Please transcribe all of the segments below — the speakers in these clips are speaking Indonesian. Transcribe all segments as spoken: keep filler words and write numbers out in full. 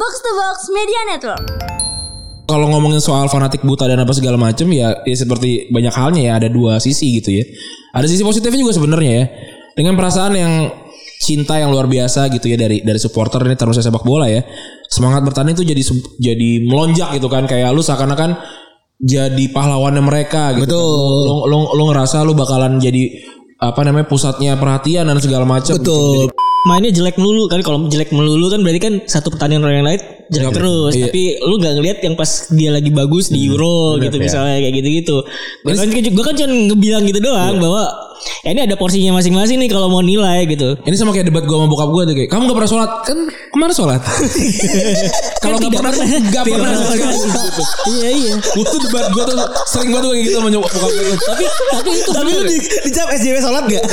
Box to Box Media Network. Kalau ngomongin soal fanatik buta dan apa segala macam ya, ya seperti banyak halnya ya, ada dua sisi gitu ya. Ada sisi positifnya juga sebenarnya ya. Dengan perasaan yang cinta yang luar biasa gitu ya dari dari supporter ini terus sepak bola ya. Semangat bertanding itu jadi jadi melonjak gitu kan, kayak lu seakan-akan jadi pahlawannya mereka gitu. Betul. Kan. Lu, lu, lu ngerasa lu bakalan jadi apa namanya pusatnya perhatian dan segala macam. Betul. Gitu. Mainnya jelek melulu kan, kalau jelek melulu kan berarti kan satu pertandingan orang yang lain jelek Iya, terus. iya. Tapi lu nggak ngelihat yang pas dia lagi bagus di Euro bener, gitu ya. misalnya kayak gitu-gitu. Gue kan, gue kan cuma ngebilang gitu doang bahwa ya ini ada porsinya masing-masing nih kalau mau nilai gitu. Ini sama kayak debat gue sama bokap gue tuh kayak, kamu gak pernah sholat? Kan kemarin sholat. Kalau gak pernah tuh gak pernah sholat. Iya iya. Gue tuh debat gue tuh sering banget kayak gitu sama bokap gue. Tapi tapi itu Tapi lu di, dijawab S J W sholat gak?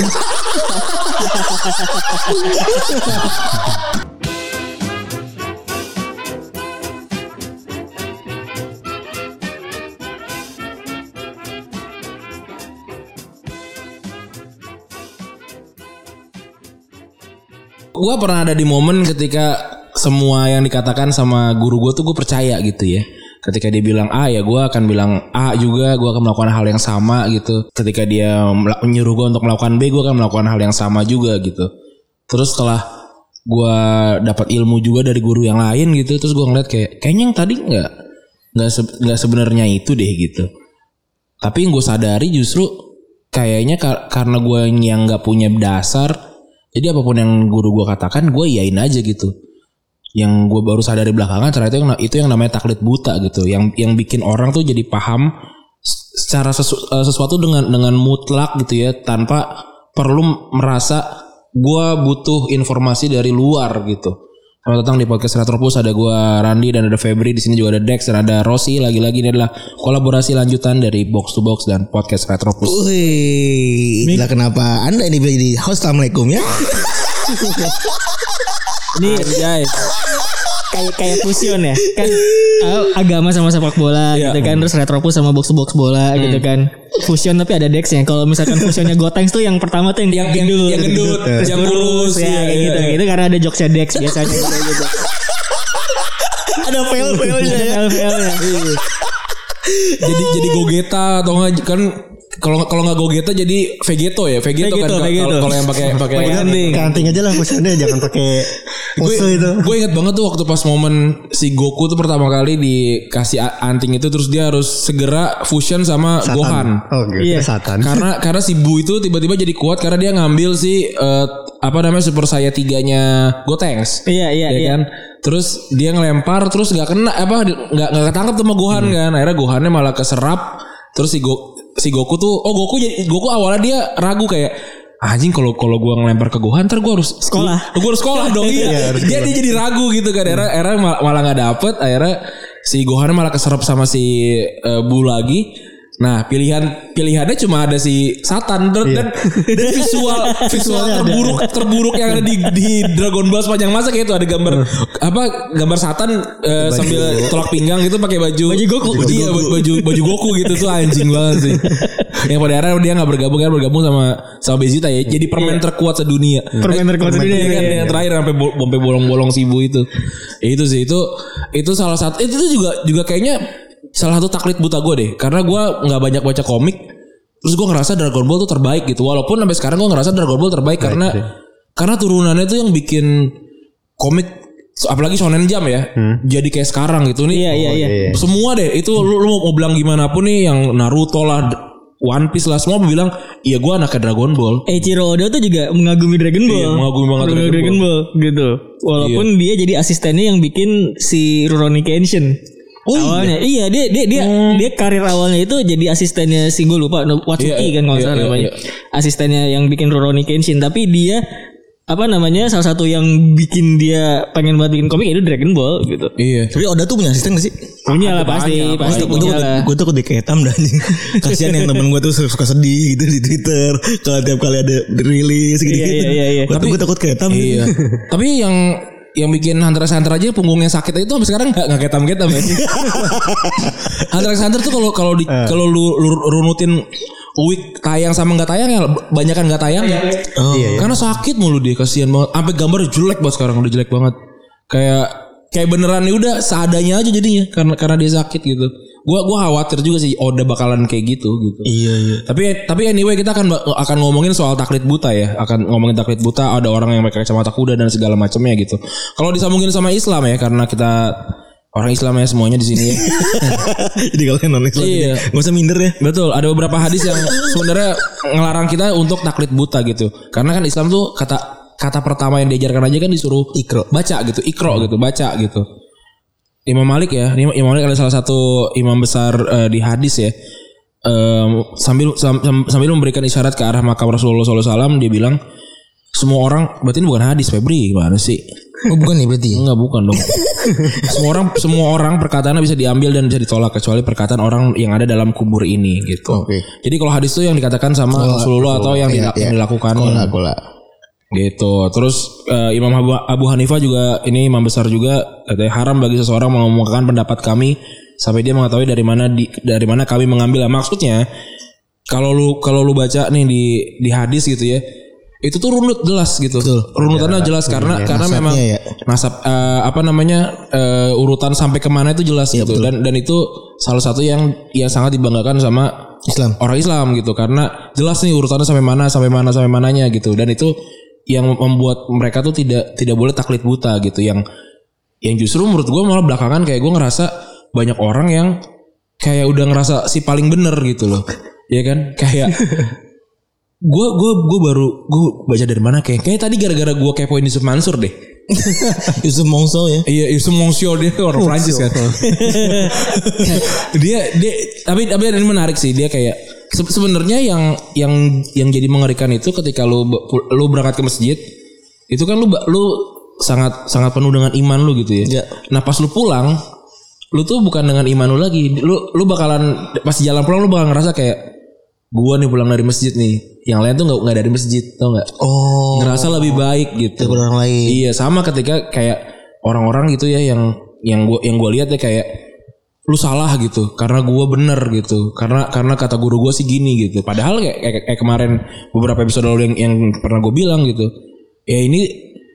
gue pernah ada di momen ketika semua yang dikatakan sama guru gue tuh gue percaya gitu ya. Ketika dia bilang A ya gue akan bilang A juga, gue akan melakukan hal yang sama gitu. Ketika dia menyuruh gue untuk melakukan B, gue akan melakukan hal yang sama juga gitu. Terus setelah gue dapat ilmu juga dari guru yang lain gitu, terus gue ngeliat kayak kayaknya yang tadi nggak nggak se- nggak sebenarnya itu deh gitu. Tapi yang gue sadari justru kayaknya kar- karena gue yang nggak punya dasar, jadi apapun yang guru gue katakan gue iyain aja gitu. Yang gue baru sadari belakangan ternyata yang, itu yang namanya taklid buta gitu. Yang yang bikin orang tuh jadi paham secara sesu, sesuatu dengan dengan mutlak gitu ya, tanpa perlu merasa gue butuh informasi dari luar gitu. Selamat datang di podcast Retropus, ada gue Randi dan ada Febri, di sini juga ada Dex dan ada Rossi. Lagi-lagi ini adalah kolaborasi lanjutan dari Box to Box dan podcast Retropus. Wih, itulah kenapa Anda ini jadi host. Assalamualaikum ya. Ini guys kayak kayak fusion ya kan, uh, agama sama sepak bola Iya. gitu kan, terus Retropus sama box to box bola gitu kan, fusion tapi ada Dexnya. Kalau misalkan fusionnya Gotenks tuh yang pertama tuh yang Yang- yang- gendut, yang gendut, yang kurus, ya iya, kayak iya, gitu iya. gitu karena ada jokesnya Dex biasanya gitu, gitu. Ada fail-failnya ya. Fail-failnya. jadi jadi Gogeta atau enggak kan, kalau kalau nggak Gogeta jadi Vegeto ya, Vegeto, Vegeto, kan Vegeto. kalau kalau yang pakai pakai Pakai anting. Kanting aja lah fusionnya, jangan pakai pose itu. Gue inget banget tuh waktu pas momen si Goku tuh pertama kali dikasih a- anting itu, terus dia harus segera fusion sama Gohan. Oh gitu. Iya. Satan. Karena karena si Bu itu tiba-tiba jadi kuat karena dia ngambil si eh, apa namanya Super Saiyan tiganya Gotenks. Iya iya Ya iya. kan? Terus dia ngelempar terus nggak kena apa nggak nggak ketangkep sama Gohan kan. Akhirnya Gohannya malah keserap. Terus si Go, si Goku tuh oh Goku jadi Goku awalnya dia ragu kayak anjing kalau kalau gua ngelempar ke Gohan ntar gua harus Sekolah. Gua harus sekolah dong iya. Iya, harus dia dia jadi ragu gitu kan. Akhirnya akhirnya mal- malah nggak dapet. Akhirnya si Gohan malah keserap sama si uh, Bu lagi. Nah pilihan pilihannya cuma ada si Satan dan, dan, dan visual visual terburuk terburuk yang ada di, di Dragon Ball sepanjang masa kayak itu ada gambar apa gambar Satan uh, sambil tolak pinggang gitu pakai baju Baju Goku. iya baju baju Goku gitu tuh anjing banget sih. Yang pada akhirnya dia nggak bergabung kan bergabung sama sama Vegeta ya, jadi permen terkuat sedunia. Permen terkuat sedunia, Iya kan, iya, iya. yang terakhir sampai bo- sampai bolong-bolong si Bu itu. Ya, itu sih itu itu salah satu itu tuh juga juga kayaknya salah satu taklid buta gue deh, karena gue nggak banyak baca komik, terus gue ngerasa Dragon Ball tuh terbaik gitu, walaupun sampai sekarang gue ngerasa Dragon Ball terbaik karena karena turunannya tuh yang bikin komik apalagi Shonen Jump ya, jadi kayak sekarang gitu nih. Iya, iya, iya. Semua deh itu lu, lu mau bilang gimana pun nih, yang Naruto lah, One Piece lah, semua bilang iya gue anaknya Dragon Ball. Eiichiro Oda tuh juga mengagumi Dragon Ball. Iya, mengagumi banget Mengagumi Dragon Dragon Ball. gitu. Walaupun dia jadi asistennya yang bikin si Rurouni Kenshin. Oh, awalnya iya, dia dia dia dia karir awalnya itu jadi asistennya si gue lupa Watsuki Iya, kan kalau iya, salah iya, namanya. iya. Asistennya yang bikin Rurouni Kenshin, tapi dia apa namanya salah satu yang bikin dia pengen buat bikin komik itu Dragon Ball gitu. Iya. Tapi Oda tuh punya asisten gak sih? Punya lah pasti, banyak, pasti Gue tuh punya lah. gue tuh udah ketam dah nih. Kasian yang temen gue tuh suka sedih gitu di Twitter kalau tiap kali ada rilis gitu. Iya, iya, iya, iya. Gue tuh gue takut ketam. Iya. Tapi yang yang bikin Hunter x Hunter aja punggungnya sakit itu sampai sekarang nggak nggak ketam-ketam ya. Hunter x Hunter tuh kalau kalau di kalau lu, lu runutin week tayang sama nggak tayang ya banyak kan nggak tayang ya. Oh iya. Karena sakit mulu dia, kasihan banget. Sampai gambar jelek banget sekarang, udah jelek banget. Kayak kayak beneran ya udah seadanya aja jadinya karena karena dia sakit gitu. Gua gua khawatir juga sih Oda bakalan kayak gitu gitu. Iya iya. Tapi tapi anyway kita akan akan ngomongin soal taklid buta ya. Akan ngomongin taklid buta, ada orang yang pakai kacamata kuda dan segala macamnya gitu. Kalau disambungin sama Islam ya karena kita orang Islam ya semuanya di sini ya. Jadi kalau non Islam iya. Gak usah minder ya. Betul, ada beberapa hadis yang sebenarnya ngelarang kita untuk taklid buta gitu. Karena kan Islam tuh kata kata pertama yang diajarkan aja kan disuruh Ikro. baca gitu, ikro gitu, baca gitu. Imam Malik ya, Imam Malik adalah salah satu imam besar uh, di hadis ya. Um, sambil sam, sambil memberikan isyarat ke arah makam Rasulullah shallallahu alaihi wasallam, dia bilang semua orang, berarti ini bukan hadis Febri, gimana sih? Oh bukan nih berarti? Enggak, bukan dong. semua orang semua orang perkataannya bisa diambil dan bisa ditolak kecuali perkataan orang yang ada dalam kubur ini gitu. Oke. Jadi kalau hadis itu yang dikatakan sama Oh, Rasulullah atau yang, iya, dila- iya. yang dilakukan Kola kola. gitu. Terus uh, Imam Abu, Abu Hanifah juga ini imam besar juga, katanya haram bagi seseorang mengumumkan pendapat kami sampai dia mengetahui dari mana di, dari mana kami mengambil. Maksudnya kalau lu kalau lu baca nih di di hadis gitu ya, itu tuh runut jelas gitu. Betul. Runutannya jelas karena karena nasabnya memang ya. nasab uh, apa namanya uh, urutan sampai kemana itu jelas Iya, gitu. betul. Dan dan itu salah satu yang yang sangat dibanggakan sama Islam. orang Islam gitu karena jelas nih urutannya sampai mana sampai mana sampai mananya gitu. Dan itu yang membuat mereka tuh tidak tidak boleh taklid buta gitu. Yang yang justru menurut gue malah belakangan kayak gue ngerasa banyak orang yang kayak udah ngerasa si paling bener gitu loh. Ya kan? Kayak gue gue gue baru gue baca dari mana kayak kayak tadi gara-gara gue kepoin Yusuf Mansur deh. Yusuf Mongso ya. Iya, Yusuf Mongso dia orang Prancis kan. dia dia tapi tapi ini menarik sih, dia kayak se- sebenarnya yang yang yang jadi mengerikan itu ketika lu lu berangkat ke masjid itu kan lu lu sangat sangat penuh dengan iman lu gitu ya. Ya. Nah pas lu pulang lu tuh bukan dengan iman lu lagi, lu lu bakalan pas jalan pulang lu bakal ngerasa kayak gua nih pulang dari masjid nih, yang lain tuh nggak nggak dari masjid, tau nggak? Oh. Ngerasa lebih baik gitu. Daripada orang lain. Iya, sama ketika kayak orang-orang gitu ya yang yang gua yang gua lihat ya kayak lu salah gitu karena gua bener gitu, karena karena kata guru gua sih gini gitu. Padahal kayak kayak, kayak kemarin beberapa episode lalu yang yang pernah gua bilang gitu, ya ini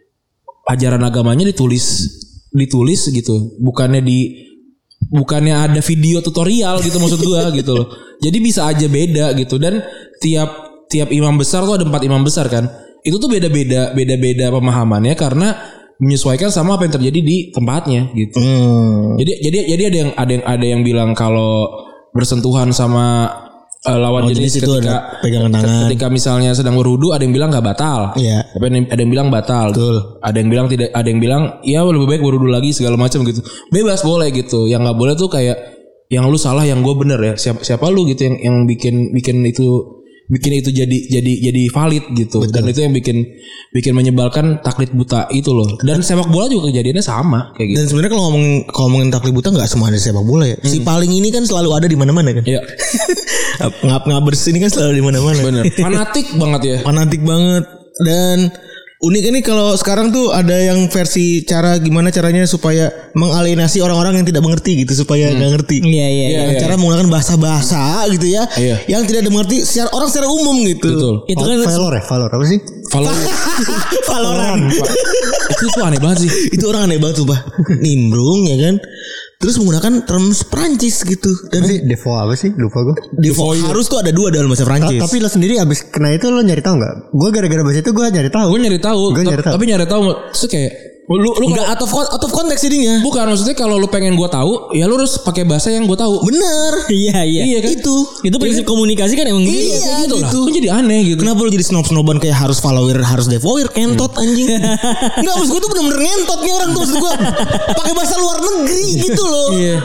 ajaran agamanya ditulis ditulis gitu, bukannya di bukannya ada video tutorial gitu maksud gua gitu loh. Jadi bisa aja beda gitu, dan tiap tiap imam besar tuh ada empat imam besar kan. Itu tuh beda-beda beda-beda pemahamannya karena menyesuaikan sama apa yang terjadi di tempatnya gitu. Hmm. Jadi jadi jadi ada yang ada yang ada yang bilang kalau bersentuhan sama uh, lawan Oh, jenis jenis itu ketika ada pegangan tangan. ketika misalnya sedang berwudu, ada yang bilang nggak batal. Iya. Tapi ada yang- ada yang bilang batal. Betul. Ada yang bilang tidak, ada yang bilang ya lebih baik berwudu lagi segala macam gitu. Bebas boleh gitu. Yang nggak boleh tuh kayak yang lu salah, yang gue bener ya. Siapa siapa lu gitu yang yang bikin bikin itu bikin itu jadi jadi jadi valid gitu. Betul. Dan itu yang bikin bikin menyebalkan taklid buta itu loh. Dan sepak bola juga kejadiannya sama kayak gitu. Dan sebenarnya kalau ngomongin kalau ngomongin taklid buta nggak semua ada sepak bola ya. Si paling ini kan selalu ada di mana-mana kan. Iya. Ngap-ngabers ini kan selalu di mana-mana. Bener. Fanatik banget ya. Fanatik banget. Dan unik ini kalau sekarang tuh ada yang versi cara gimana caranya supaya mengalienasi orang-orang yang tidak mengerti gitu, supaya nggak ngerti. Iya iya. Iya, Dengan iya. cara menggunakan bahasa-bahasa gitu ya, Iya. yang tidak dimengerti secara orang secara umum gitu. Betul. Itu kan Valor ya, Valor apa sih? Follow Valorant. itu tuh aneh banget sih. Itu orang aneh banget tuh, Pak. Nimbrung ya kan. Terus menggunakan terms Prancis gitu. Dan Apa sih Devo apa sih? Lupa gue. default harus tuh ada dua dalam bahasa Prancis. Tapi lo sendiri abis kena itu lo nyari tahu nggak? Gue gara-gara bahasa itu gue nyari tahu. Gue nyari tahu, Gue ta- nyari tahu. tapi nyari tahu terus kayak lu lu Enggak out of out of context jadinya. bukan, maksudnya kalau lu pengen gue tahu, ya lu harus pakai bahasa yang gue tahu. Bener. Iya iya. Iya kan? Itu. Itu prinsip komunikasi kan emang gitu. Iya Gitu lah. gitu. Kan jadi aneh gitu. Kenapa lu jadi snob-snoban kayak harus follower, harus devoir, kentot anjing. Enggak, maksud gue tuh bener-bener ngentot nih orang tuh, maksud gue. Pakai bahasa luar negeri gitu loh. Iya.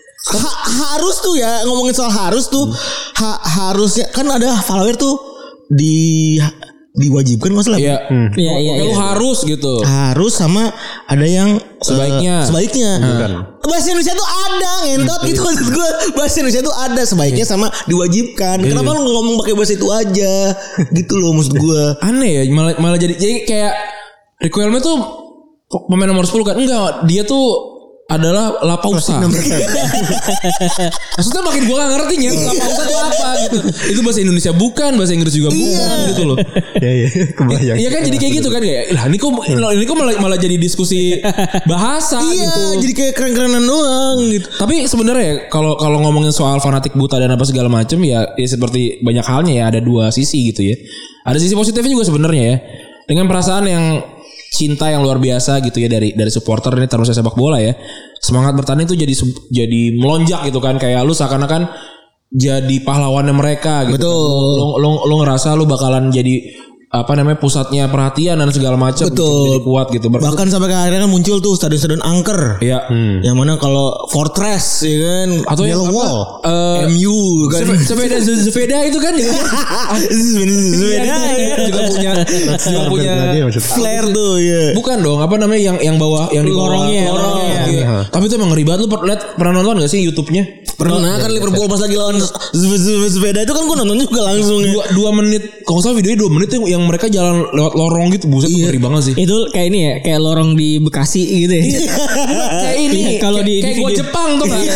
Ha- harus tuh ya, ngomongin soal harus tuh, ha- harusnya kan ada follower tuh di diwajibkan nggak salah. Iya. Iya iya. Lu iya. harus gitu. Harus sama ada yang Sebaiknya. eh, sebaiknya. Bahasa Indonesia tuh ada ngentot gitu maksud gue. Bahasa Indonesia tuh ada sebaiknya sama diwajibkan. Kenapa lu nggak ngomong pakai bahasa itu aja? Gitu loh maksud gue. Aneh ya, malah malah jadi jadi kayak Riquelme tuh pemain nomor sepuluh kan. Enggak, dia tuh adalah La Pausa. Maksudnya makin gue gak ngerti nya La Pausa itu apa gitu. Itu bahasa Indonesia bukan, bahasa Inggris juga bukan gitu loh. Iya iya kebayang. Iya kan jadi kayak gitu kan kayak lah ini kok ini kok malah, malah jadi diskusi bahasa Iya, gitu. jadi kayak keren-kerenan doang gitu. Tapi sebenarnya ya kalau kalau ngomongin soal fanatik buta dan apa segala macam ya, ya seperti banyak halnya ya ada dua sisi gitu ya. Ada sisi positifnya juga sebenarnya ya. Dengan perasaan yang cinta yang luar biasa gitu ya dari dari supporter ini terus sepak bola ya. Semangat bertanding itu jadi jadi melonjak gitu kan, kayak lu seakan-akan jadi pahlawannya mereka gitu. Betul. Kan. Lu, lu, lu ngerasa lu bakalan jadi apa namanya pusatnya perhatian dan segala macam. Betul. Jadi kuat gitu. Ber- Bahkan sampai ke akhirnya kan muncul tuh stadion-stadion angker. Iya. Hmm. Yang mana kalau Fortress ya kan Atau yang Yellow apa? Wall. Eh, M U kan. Sepe- sepeda sepeda itu kan ya. Sepeda ya. juga punya juga punya Flare tuh ya. bukan dong apa namanya yang yang bawah yang di bawah Lorongnya, lorong, lorongnya. iya. Tapi itu emang ngeri banget. Lu per- liat pernah nonton gak sih YouTube-nya? Pernah kan Liverpool pas lagi lawan sepeda itu kan gue nonton juga langsung ya. Dua, dua menit kalau nggak salah videonya dua menit yang, yang mereka jalan lewat lorong gitu. Buset Iya. ngeri banget sih. Itu kayak ini ya, kayak lorong di Bekasi gitu ya. Kayak ini Iya, kalau kayak, di- kayak di gua video. Jepang tuh kan.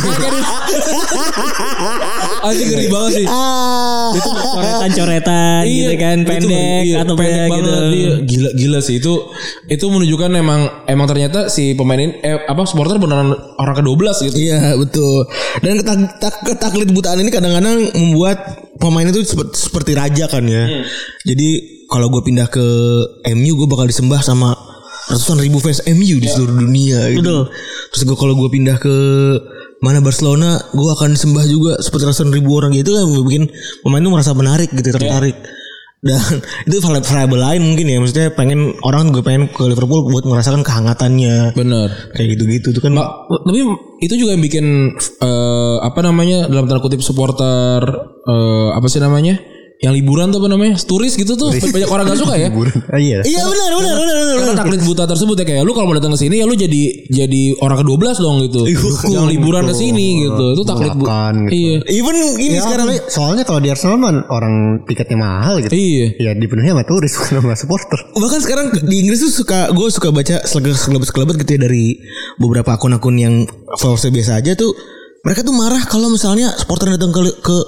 Anjing ngeri banget sih. Ah. Itu coretan-coretan gitu kan, itu, pendek iya, atau pendek pendek gitu. banget, iya. Gila gila sih itu itu menunjukkan emang emang ternyata si pemain ini eh, apa supporter beneran orang ke dua belas gitu. Iya betul. Dan ketak, tak, ketaklit butaan ini kadang-kadang membuat pemain itu seperti, seperti raja kan ya. Hmm. Jadi kalau gue pindah ke M U gue bakal disembah sama ratusan ribu fans M U di seluruh dunia gitu. Betul. Terus gue kalau gue pindah ke mana Barcelona gue akan disembah juga seperti ratusan ribu orang gitu kan, bikin pemain itu merasa menarik gitu, tertarik. Dan itu variabel lain mungkin ya, maksudnya pengen orang gue pengen ke Liverpool buat merasakan kehangatannya. Bener. Kayak gitu-gitu itu kan. Ma- tapi itu juga yang bikin eh, apa namanya dalam tanda kutip supporter eh, apa sih namanya yang liburan tuh apa namanya turis gitu tuh banyak orang gak suka ya. Ah, iya. Iya benar benar benar benar. Karena taklit buta tersebut ya kayak lu kalau mau datang ke sini ya lu jadi jadi orang ke dua belas dong gitu. Yang liburan ke sini gitu. Itu taklit buta. Makan gitu. Iya. Even ini Ya, sekarang apalagi- soalnya kalau di Arsenal man orang tiketnya mahal gitu. Iya. Ya dipenuhi sama turis bukan sama supporter. bahkan sekarang di Inggris tuh suka gue suka baca sekelebat-sekelebat gitu ya dari beberapa akun-akun yang followersnya biasa aja tuh, mereka tuh marah kalau misalnya supporter datang ke ke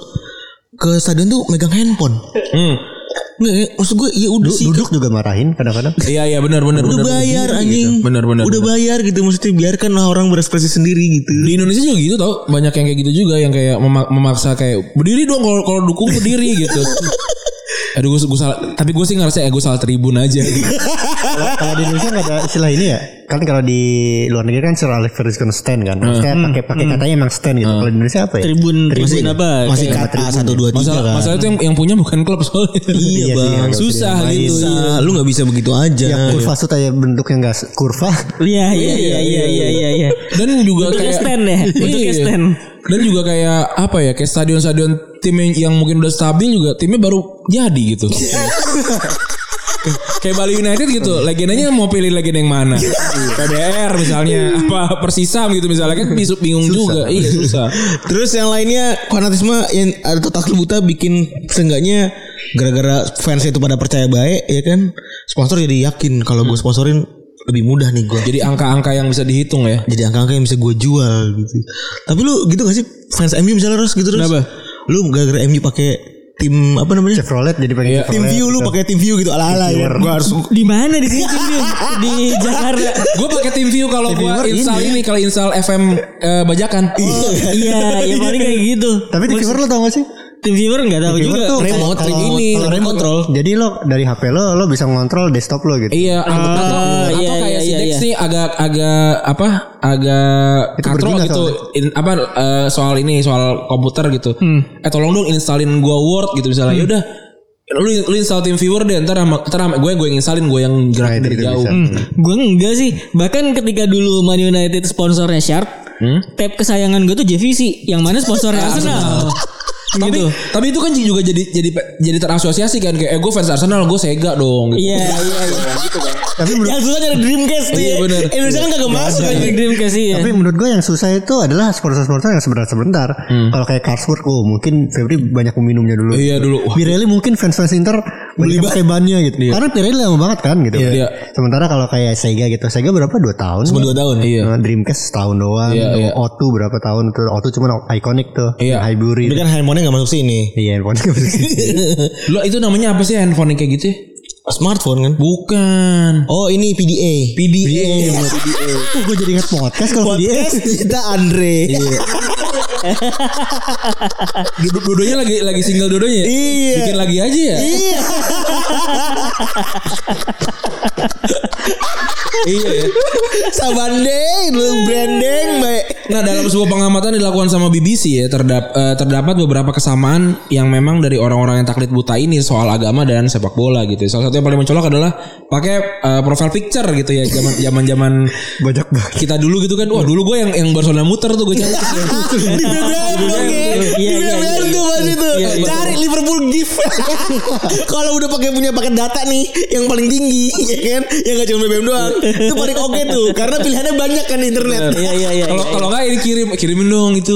ke stadion tuh megang handphone. Hmm. Nggak, ya, maksud gue ya udah Du- sih duduk juga marahin kadang-kadang. Iya iya benar benar udah benar. bayar anjing. Benar benar. Udah benar. bayar gitu, maksudnya biarkanlah orang berekspresi sendiri gitu. Di Indonesia juga gitu tau, banyak yang kayak gitu juga yang kayak memak- memaksa kayak berdiri dong kalau kalau dukung berdiri gitu. Aduh gue, gue salah, tapi gue sih ngerasa ya gue salah tribun aja. Kalau di Indonesia nggak ada istilah ini ya. Kan kalau di luar negeri kan istilah Leverkusen stand kan. Maksudnya pakai pakai katanya emang stand gitu. Kalau di Indonesia apa ya? Tribun tribun apa? Masih Kayak- kata satu dua tiga Masalah kan. masalah itu yang yang punya bukan klub soalnya. Iya Iya sih, bang, agak susah tidak gitu. bisa. Iya. Lu nggak bisa begitu aja. Ya kurva tuh kayak bentuknya nggak se- kurva. Iya iya iya iya iya iya iya. Dan juga Bentuknya kayak stand ya, bentuknya Iya. stand. Dan juga kayak apa ya, kayak stadion-stadion tim yang, yang mungkin udah stabil juga timnya baru jadi gitu. Kayak Bali United gitu, legendanya mau pilih legenda yang mana? P B R misalnya, apa Persisam gitu misalnya kan bisa bingung juga. Iya susah. Terus yang lainnya fanatisme yang ada taklit buta bikin seenggaknya gara-gara fans itu pada percaya baik ya kan, sponsor jadi yakin kalau gue sponsorin lebih mudah nih gue. Jadi angka-angka yang bisa dihitung ya. Jadi angka-angka yang bisa gue jual gitu. Tapi lu gitu gak sih fans M U misalnya terus gitu terus? Kenapa? Lu gara-gara M U pakai tim apa namanya? Chevrolet jadi pakai Iya. Tim Chevrolet view lu gitu. pakai tim view gitu ala-ala ya. Gue harus Di mana di sini di Jakarta? Gue pakai TeamView kalau gue install ini, kalau install F M eh, bajakan. Iya, ya paling kayak gitu. Tapi di viewer lo tau gak sih? Tim viewer enggak tahu Viewer juga. tuh remote, kalau- ini, kalau remote remote control. Jadi lo dari H P lo lo bisa ngontrol desktop lo gitu. Iya, atau, atau, atau iya, kayak iya, si iya, Dex iya. nih agak agak apa? Agak Itu katro berguna gitu. soalnya. In, apa eh, soal ini, soal komputer gitu. Eh tolong dong installin gua Word gitu misalnya. Ya udah lu lu install TeamViewer deh, ntar sama ntar sama gue gue yang installin, gue yang gerak Nah, itu dari juga jauh. bisa. Hmm, gue enggak sih. Bahkan ketika dulu Man United sponsornya Sharp, Hmm? tab kesayangan gue tuh J V C, yang mana sponsornya Arsenal. Tapi Gitu. tapi itu kan juga jadi jadi jadi terasosiasi kan kayak eh gue fans Arsenal gue Sega dong gitu. Iya iya iya. Tapi menurut, Yang susah nyari Dreamcast tuh. Iya, ya. bener. Indonesia kan kagak masuk kan. Dreamcast iya. tapi menurut gue yang susah itu adalah sponsor-sponsor yang sebentar-sebentar. Kalau kayak Carrefour, oh mungkin Febri banyak meminumnya dulu. Iya dulu. Wah, Pirelli mungkin fans-fans Inter banyak pakai bannya gitu. Karena Pirelli lama banget kan gitu. Iya. Sementara kalau kayak Sega gitu, Sega berapa dua tahun? Cuma dua tahun. Iya. Nah, Dreamcast setahun doang. Iya, iya. O dua berapa tahun tuh? O dua cuma iconic tuh. Iya. Highbury. Tapi kan handphonenya gak masuk sini. Iya, handphone. lo itu namanya apa sih handphone yang kayak gitu ya? Smartphone kan. Bukan. Oh ini P D A. P D A. Tuh gue jadi ingat podcast kalau dia. Podcast kita Andre. Dua-duanya lagi lagi single dua-duanya. Iya. Bikin lagi aja ya. Iya. Iya ya. Sabandeng lu branding baik. Nah dalam sebuah pengamatan dilakukan sama B B C ya terdap, eh, terdapat beberapa kesamaan yang memang dari orang-orang yang taklid buta ini soal agama dan sepak bola gitu. Salah satu yang paling mencolok adalah pakai uh, profile picture gitu ya zaman zaman zaman Banyak banget. kita dulu gitu kan. Wah dulu gue yang yang Barcelona muter tuh gue cari. Di B B M dong ya. Di Iya, B iya, B M tuh pas itu. Cari Liverpool gift. Kalau udah pakai punya paket data nih yang paling tinggi ya kan, yang gak cuma B B M doang. Itu paling oke tuh karena pilihannya banyak kan di internet. Iya iya iya. Kalau kalau nggak ini kirim kirimin dong itu.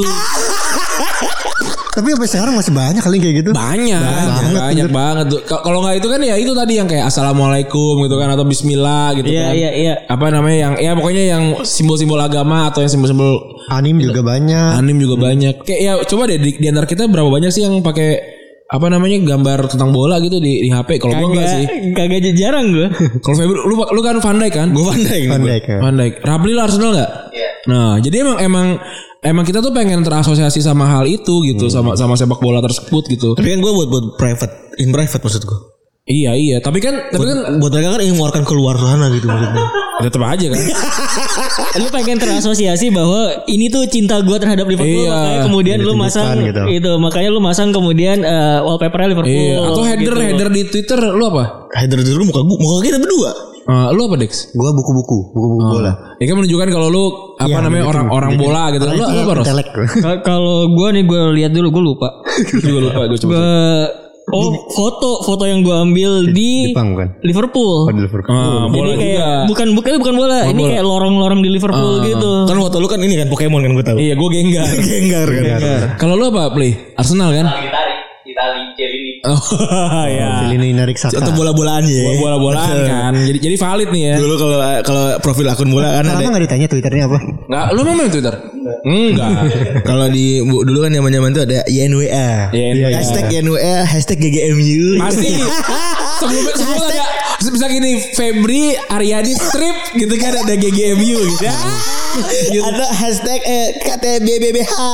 Tapi sampai sekarang masih banyak kali kayak gitu. Banyak, banyak, Banget, banyak bener. banget tuh. K- Kalau nggak itu kan ya itu tadi yang kayak assalamualaikum gitu kan atau bismillah gitu Iya kan. iya iya. Apa namanya yang ya pokoknya yang simbol-simbol agama atau yang simbol-simbol Anim juga banyak. anim juga banyak. Kayak ya coba deh di, di antara kita berapa banyak sih yang pakai apa namanya gambar tentang bola gitu di di H P. Kalau gua enggak sih. Kagak kagak jarang gue. Kalau Febri lu lu kan Van Dijk kan? Gue pandai. Pandai kan. Van Dijk. Rapli lah Arsenal enggak? Iya. Nah, jadi emang emang emang kita tuh pengen terasosiasi sama hal itu gitu sama sama sepak bola tersebut gitu. Tapi kan gue buat buat private, in private maksud gue. Iya iya, tapi kan tapi kan Buat mereka kan ingin mengeluarkan keluar sana gitu maksudnya. tetap aja kan. Lu pengen terasosiasi bahwa ini tuh cinta gue terhadap Liverpool, Iya. makanya kemudian Jadi lu masang tunjukkan gitu. itu, makanya lu masang kemudian uh, wallpapernya Liverpool. Iya, atau header gitu. header di Twitter lu apa? Haider dulu muka gue, muka kita berdua. Uh, lu apa Dex? Gua buku-buku, buku-buku bola. Ya kan menunjukkan kalau lu apa Iya, namanya gitu. orang-orang bola gitu. Lu lu apa Ros? Intelek. Ka- Kalau gue nih gue lihat dulu, gue lupa. Juga lupa gue coba. Gua- oh foto foto yang gue ambil di Jepang bukan? Liverpool. Oh, di Liverpool. Ah, bola Jadi kayak juga. bukan bukan bukan bola, ini bola. kayak lorong-lorong di Liverpool gitu. Kan foto lu kan ini kan Pokemon kan gue tahu. Iya, gue Gengar. Gengar kan. Kalau lu apa, Play? Arsenal kan? ditarik Itali Celini. Oh, ya. Ini narik Saka. Atau bola-bolaan ya. Bola-bolaan kan. Jadi jadi valid nih ya. Dulu kalau kalau profil akun bola kan Kenapa ada. nggak ditanya Twitternya apa? Enggak, lu memang main Twitter? Enggak. Kalau di bu- dulu kan zaman-zaman tuh ada Y N W A. Y N W A. Hashtag Y N W A, hashtag G G M U. Pasti sebelum sebelum ada bisa gini Febri Aryadi strip gitu kan ada G G M U gitu ya. Ada hashtag eh, K T B B B H.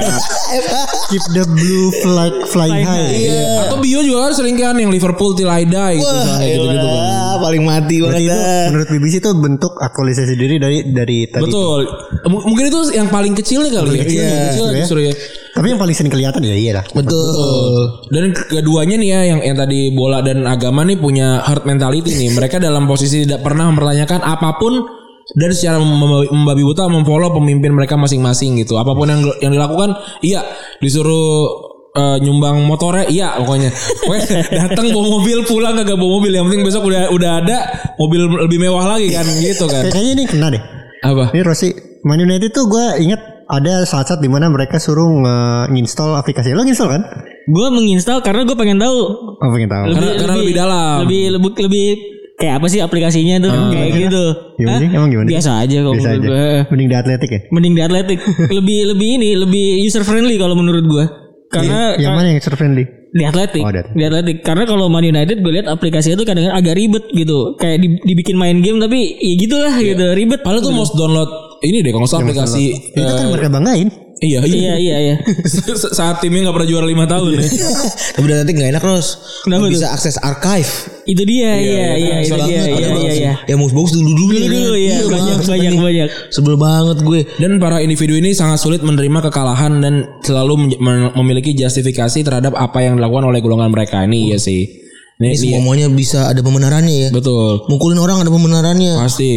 Keep the blue flag flying high. Iya. Atau bio juga kan sering kan yang Liverpool till I die gitu Wah, misalnya gitu-gitu kan. elah, paling mati Berarti banget. itu dah. menurut B B C itu bentuk aktualisasi diri dari dari tadi. Betul. M- mungkin itu yang paling kecil nih kali ya. kecil, Iya, iya, kecil sebenarnya. justru ya. Tapi yang paling sering kelihatan ya iya lah. Betul. Dan keduanya nih ya yang yang tadi bola dan agama nih punya herd mentality nih. Mereka dalam posisi tidak pernah mempertanyakan apapun dan secara mem- membabi buta memfollow pemimpin mereka masing-masing gitu. Apapun yang yang dilakukan, iya disuruh eh, nyumbang motornya, iya pokoknya. Pokoknya datang bawa mobil, pulang kagak bawa mobil. Yang penting besok udah udah ada mobil lebih mewah lagi kan gitu kan. Kayaknya ini kena deh. Apa? Ini Rossi Man United tuh gue ingat ada saat-saat dimana mereka suruh nge-install aplikasi. Lo nginstall kan? Gue menginstal karena gue pengen tahu. Oh pengen tahu. Karena- karena lebih dalam. Lebih lebih lebih kayak apa sih aplikasinya tuh kayak gitu. Gimana sih? Hah? Emang gimana? Biasa aja kalau Biasa menurut aja. gue. Mending di Atletik ya? Mending di Atletik. lebih lebih ini lebih user friendly kalau menurut gue. Karena Yang mana yang user friendly? di Atletik, Oh, di Atletik. di Atletik. Karena kalau Man United gue lihat aplikasinya tuh kadang-kadang agak ribet gitu. Kayak di- dibikin main game tapi ya gitulah gitu ribet. Padahal tuh most download ini deh kalau nggak salah aplikasi. Itu kan mereka banggain. Iya Iya iya iya. Sa- Saat timnya nggak pernah juara lima tahun ya. Tapi udah nanti nggak enak Ros. Kenapa Nggak tuh? bisa akses archive. Itu dia iya iya itu Banget, dia iya ada iya iya. Ya bagus-bagus dulu dulu. Dulu dulu ya banyak banyak banyak. Sebel banget gue. Dan para individu ini sangat sulit menerima kekalahan dan selalu men- men- memiliki justifikasi terhadap apa yang dilakukan oleh golongan mereka. Ini iya sih. Ini, Ini ini semuanya bisa ada pembenarannya ya. betul. Mukulin orang ada pembenarannya. Pasti.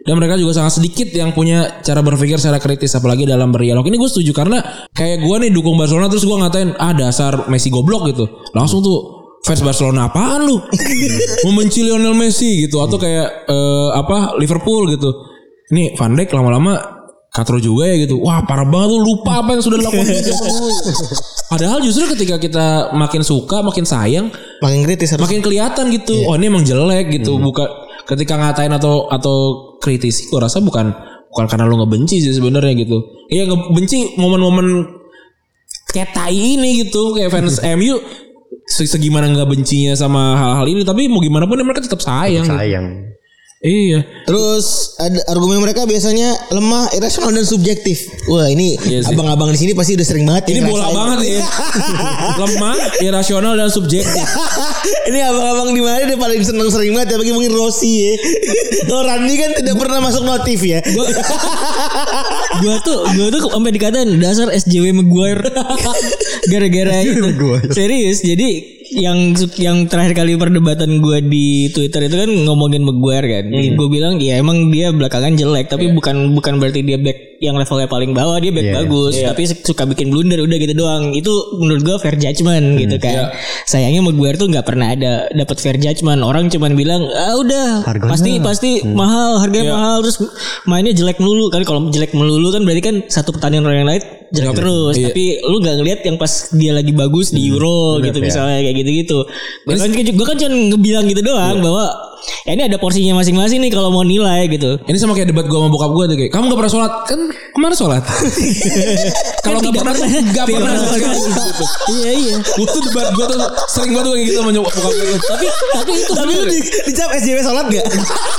Dan mereka juga sangat sedikit yang punya cara berpikir secara kritis, apalagi dalam berdialog. Ini gue setuju karena kayak gue nih dukung Barcelona terus gue ngatain ah dasar Messi goblok gitu. Langsung tuh fans Barcelona apaan lu? Membenci Lionel Messi gitu atau kayak uh, apa Liverpool gitu. Nih Van Dijk lama-lama katro juga ya gitu. Wah parah banget lu, lupa apa yang sudah dilakukan gitu. Padahal justru ketika kita makin suka, makin sayang, makin kritis, harus. makin kelihatan gitu. Yeah. Oh ini emang jelek gitu. Hmm. Bukan ketika ngatain atau atau kritisi, gue rasa bukan bukan karena lu ngebenci sih sebenarnya gitu. Iya ngebenci momen-momen kayak tai ini gitu, kayak fans M U segimana nggak bencinya sama hal-hal ini, tapi mau gimana pun mereka tetap sayang. Tetap sayang. Gitu. Iya. Terus ada argumen mereka biasanya lemah, irasional dan subjektif. Wah ini iya abang-abang di sini pasti udah sering banget. Ini bola banget ya. Lemah, irasional dan subjektif. Ini abang-abang di mana dia paling seneng sering banget ya, bagi mungkin Rossi ya. Lo Randy kan tidak pernah masuk notif ya. Gua tuh gua tuh sampai dikatain dasar S J W Maguire. Gara-gara itu. Serius. Jadi yang yang terakhir kali perdebatan gue di Twitter itu kan ngomongin Maguire kan. Hmm. Gue bilang ya emang dia belakangan jelek, tapi yeah. bukan bukan berarti dia back yang levelnya paling bawah, dia back yeah. bagus, yeah. tapi suka bikin blunder udah gitu doang. Itu menurut gue fair judgment hmm. gitu kan. Yeah. Sayangnya Maguire tuh nggak pernah ada dapat fair judgment. Orang cuman bilang ah udah harganya pasti pasti hmm. mahal, harganya yeah. mahal, terus mainnya jelek melulu kan. Kalau jelek melulu kan berarti kan satu pertandingan orang yang lain jelek yeah. terus. Yeah. Tapi lu nggak ngelihat yang pas dia lagi bagus di Euro hmm. gitu yeah. misalnya kayak gitu-gitu. Gue kan, gue kan cuma ngebilang gitu doang yeah. bahwa ya ini ada porsinya masing-masing nih kalau mau nilai gitu. Ini sama kayak debat gue sama bokap gue tuh kayak, kamu gak pernah sholat? Kan kemana sholat? Kalau gak pernah, gak pernah sholat. Iya iya. Gue tuh debat gue tuh sering banget kayak gitu sama bokap gue. Tapi tapi itu tapi lu di, dicap S J W sholat gak?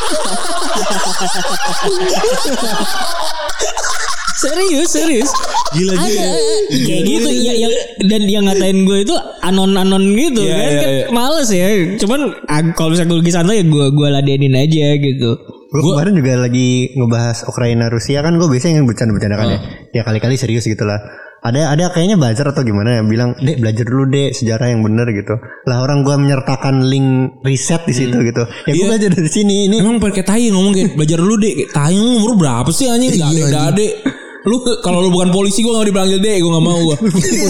Serius, serius. Gila juga. Kayak gitu ya, yang dan dia ngatain gue itu anon-anon gitu yeah, kan, yeah, kan yeah. males ya. Cuman kalau misalnya gue lagi santai ya gue gue ladenin aja gitu. Gue kemarin juga lagi ngebahas Ukraina Rusia kan, gue biasanya yang bercanda-bercanda kan ya. Ya kali-kali serius gitu lah. Ada ada kayaknya buzzer atau gimana ya bilang, "Dek, belajar dulu Dek sejarah yang benar gitu." Lah orang gue menyertakan link riset di situ hmm. gitu. Ya gue iya. belajar dari sini. Ini emang pakai tai ngomong kayak belajar dulu Dek. Tai umur berapa sih anjing? Enggak ada Dek. Lu kalau lu bukan polisi gue gak mau dipanggil deh, gue gak mau gue.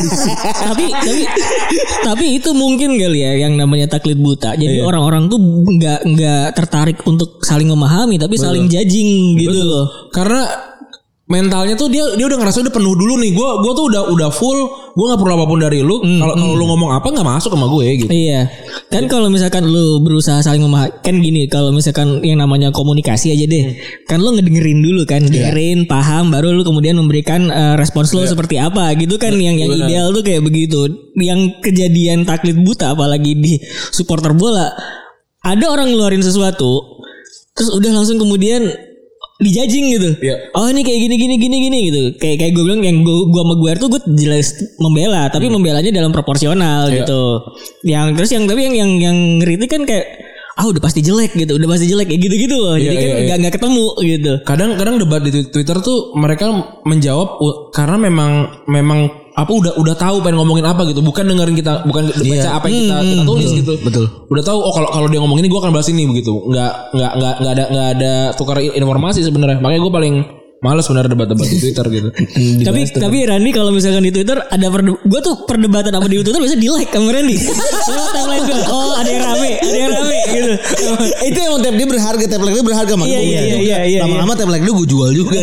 tapi tapi tapi itu mungkin kali ya yang namanya taklid buta. Jadi iya. orang-orang tuh nggak nggak tertarik untuk saling memahami, tapi betul. saling judging gitu betul. loh. Karena mentalnya tuh dia dia udah ngerasa udah penuh dulu nih. Gue gue tuh udah udah full. Gue nggak perlu apapun dari lu. Kalau mm, kalau mm. lu ngomong apa nggak masuk sama gue gitu. Iya. Kan gitu. Kalau misalkan lu berusaha saling memahami, kan gini. Kalau misalkan yang namanya komunikasi aja deh. Mm. Kan lu ngedengerin dulu kan, yeah. dengerin, paham, baru lu kemudian memberikan uh, respons lu yeah. seperti apa gitu kan. Yeah. Yang yang ideal tuh kayak begitu. Yang kejadian taklid buta, apalagi di supporter bola, ada orang ngeluarin sesuatu, terus udah langsung kemudian dijajing gitu. Yeah. Oh ini kayak gini gini gini gini gitu. Kayak kayak gue bilang yang gue gue Maguire tuh gue jelas membela, tapi hmm. membelanya dalam proporsional yeah. gitu. Yang terus yang tapi yang yang yang ngeritik kan kayak ah udah pasti jelek gitu, udah pasti jelek kayak gitu-gitu loh. Yeah, Jadi yeah, kan nggak yeah. nggak ketemu gitu. Kadang-kadang debat di Twitter tuh mereka menjawab karena memang memang apa udah udah tahu pengen ngomongin apa gitu, bukan dengerin kita, bukan baca yeah. apa yang kita, hmm, kita tulis betul, gitu. Betul. Udah tahu oh kalau kalau dia ngomong ini gue akan bahas ini begitu. Nggak nggak nggak nggak ada nggak ada tukar informasi sebenarnya. Makanya gue paling malas sebenarnya debat-debat di Twitter gitu. tapi tapi Randy kalau misalkan di Twitter ada perde- gue tuh perdebatan apa di Twitter biasa di like sama Randy. Timeline gue, oh ada yang rame, ada yang rame gitu. Itu emang tab dia berharga, tab like dia berharga mak. Iya iya iya iya. Lama-lama tab like dia gue jual juga.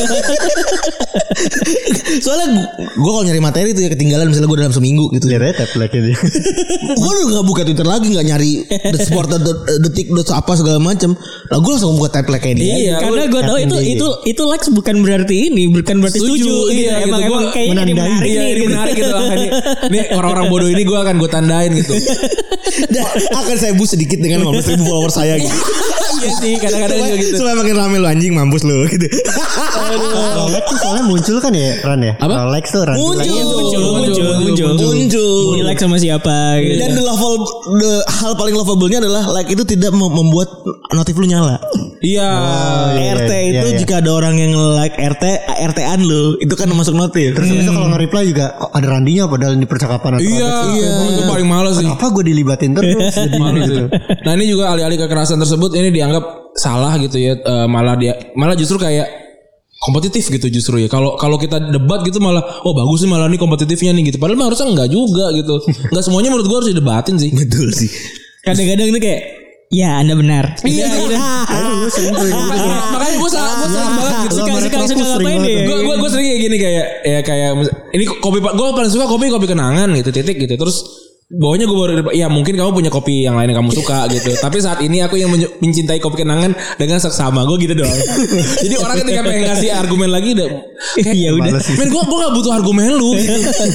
Soalnya gue kalau nyari materi tuh ya ketinggalan misalnya gue dalam seminggu gitu. Ya tab like ini. Gue udah nggak buka Twitter lagi, nggak nyari the sport detik apa segala macam. Lah gue langsung buka tab like kayak dia. Iya. Karena gue tahu itu itu itu like bukan berarti ini, bukan berarti setuju, setuju gitu. Iya, emang gitu. emang kayaknya ini menarik iya, nih, ini menarik gitu. Nih orang-orang bodoh ini gue akan gue tandain gitu. Dan akan saya boost sedikit dengan lima belas ribu follower saya gitu. Iya sih, kadang-kadang juga gitu. Supaya makin rame lu anjing, mampus lu gitu. Rolex tuh soalnya muncul kan ya Ran ya. Apa? Rolex tuh Ran. Muncul, muncul, muncul, muncul, muncul. Di like sama siapa gitu. Dan the level, the hal paling lovable-nya adalah like itu tidak membuat notif lu nyala. Iya. R T itu jika ada orang yang like R T, R T-an lu itu kan masuk notif. Terus itu kalau nge-reply juga ada Randinya padahal di percakapan atau iya, iya. Itu paling males sih. Kenapa gue dilibatin terus jadi gitu. Nah ini juga alih-alih kekerasan tersebut ini dianggap salah gitu ya. Uh, malah dia malah justru kayak kompetitif gitu justru ya. Kalau kalau kita debat gitu malah oh bagus sih malah nih kompetitifnya nih gitu. Padahal mah harusnya enggak juga gitu. Enggak semuanya menurut gue harus didebatin sih. Betul sih. Kadang-kadang tuh kayak ya Anda benar. Iya gitu. Gue sering tuh gitu. Makanya gue salah, gue sering banget gitu. Suka suka suka ngapain deh. Gue gue gue sering kayak gini kayak ya kayak ini kopi gue paling suka kopi kopi kenangan gitu titik gitu. Terus bawahnya gue baru ya mungkin kamu punya kopi yang lain yang kamu suka gitu. Tapi saat ini aku yang mencintai kopi kenangan dengan seksama gue gitu doang. Jadi orang ketika pengen ngasih argumen lagi udah kayak ya udah. Men gue gue gak butuh argumen lu gitu.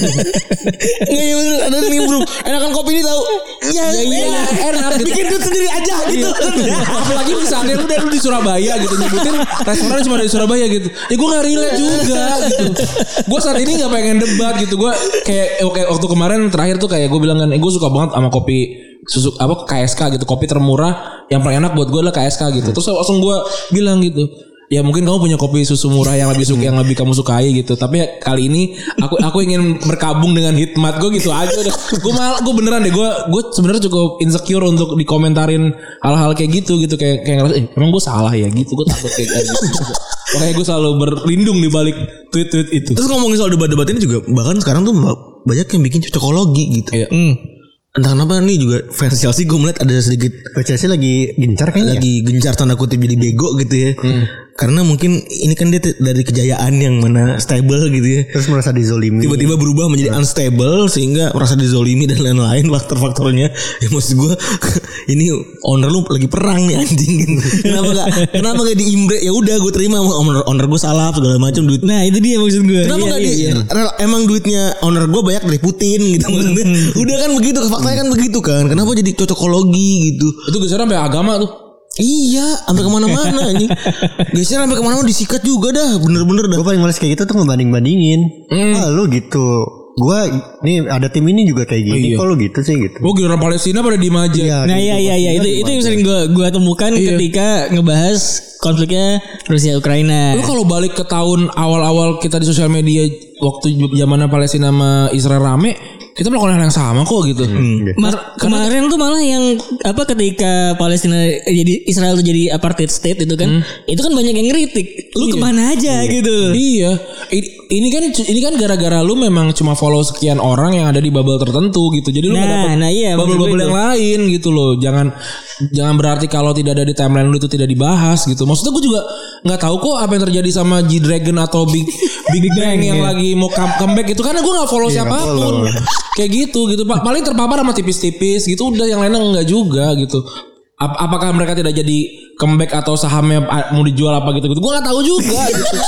Nggak ya bener ada nih bro. Enakan kopi ini tahu. Ya, Ya iya enak gitu. bikin duit sendiri aja gitu. Apalagi misalnya lu udah lu di Surabaya gitu nyebutin restoran cuma dari Surabaya gitu. Ya gue gak relate juga gitu. Gue saat ini gak pengen debat gitu. Gue kayak oke waktu kemarin terakhir tuh kayak gue bilang kan, eh, gue suka banget sama kopi susu apa K S K gitu, kopi termurah yang paling enak buat gue adalah K S K gitu. Terus langsung gue bilang gitu, ya mungkin kamu punya kopi susu murah yang lebih suka yang lebih kamu sukai gitu. Tapi ya, kali ini aku aku ingin berkabung dengan hikmat gue gitu aja udah. Gue malah gue beneran deh gue gue sebenarnya cukup insecure untuk dikomentarin hal-hal kayak gitu gitu kayak kayak ngerasa eh emang gue salah ya gitu. Gue takut kayak gitu. Makanya gue selalu berlindung di balik tweet-tweet itu. Terus ngomongin soal debat-debat ini juga bahkan sekarang tuh banyak yang bikin cocokologi gitu. Iya. Hmm. Entah kenapa nih juga fans Chelsea gue melihat ada sedikit Chelsea lagi gencar kayaknya. lagi gencar tanda kutip jadi bego gitu ya. Hmm. Karena mungkin ini kan dia t- dari kejayaan yang mana stable gitu ya. Terus merasa dizolimi. Tiba-tiba berubah menjadi unstable sehingga merasa dizolimi dan lain-lain faktor-faktornya. Ya maksud gue ini owner lu lagi perang nih anjing gitu. Kenapa gak kenapa gak diimbre? Ya udah gue terima owner, owner gue salah segala macam duit. Nah itu dia maksud gue. Kenapa Iya, gak iya, di iya. rel- emang duitnya owner gue banyak dari Putin gitu maksudnya. Udah kan begitu, faktanya kan begitu kan. Kenapa jadi cocokologi gitu? Itu geser sampai agama tuh. Iya, sampai kemana-mana anjing. Geser sampai kemana-mana disikat juga dah, bener-bener dah. Gue paling males kayak gitu tuh ngebanding-bandingin. Ah lu gitu. Gue nih ada tim ini juga kayak gini. Iya. Kok lu gitu sih gitu. Gue giliran Palestina pada diem aja. Iya, Nah gitu. iya iya iya itu itu yang sering gue gue temukan Iya. ketika ngebahas konfliknya Rusia Ukraina. Lu kalau balik ke tahun awal-awal kita di sosial media waktu zamannya Palestina sama Israel rame, kita melakukan hal yang sama kok gitu. Hmm. Ma- kemarin tuh malah yang apa ketika Palestina jadi Israel tuh jadi apartheid state itu kan, itu kan banyak yang ngeritik. Lu kemana aja gitu. Iya, I- ini kan ini kan gara-gara lu memang cuma follow sekian orang yang ada di bubble tertentu gitu. Jadi lu nggak Nah, dapet nah iya, maksud bubble-bubble gue yang itu. lain gitu loh. Jangan jangan berarti kalau tidak ada di timeline lu itu tidak dibahas gitu. Maksudnya gue juga nggak tahu kok apa yang terjadi sama G Dragon atau Big Big Bang yang iya. lagi mau come- comeback itu karena gue nggak follow siapapun. Kayak gitu gitu Pak. Paling terpapar sama tipis-tipis gitu udah, yang lainnya enggak juga gitu. Ap- apakah mereka tidak jadi comeback atau sahamnya ah, mau dijual apa gitu gitu. Gue nggak tahu juga gitu.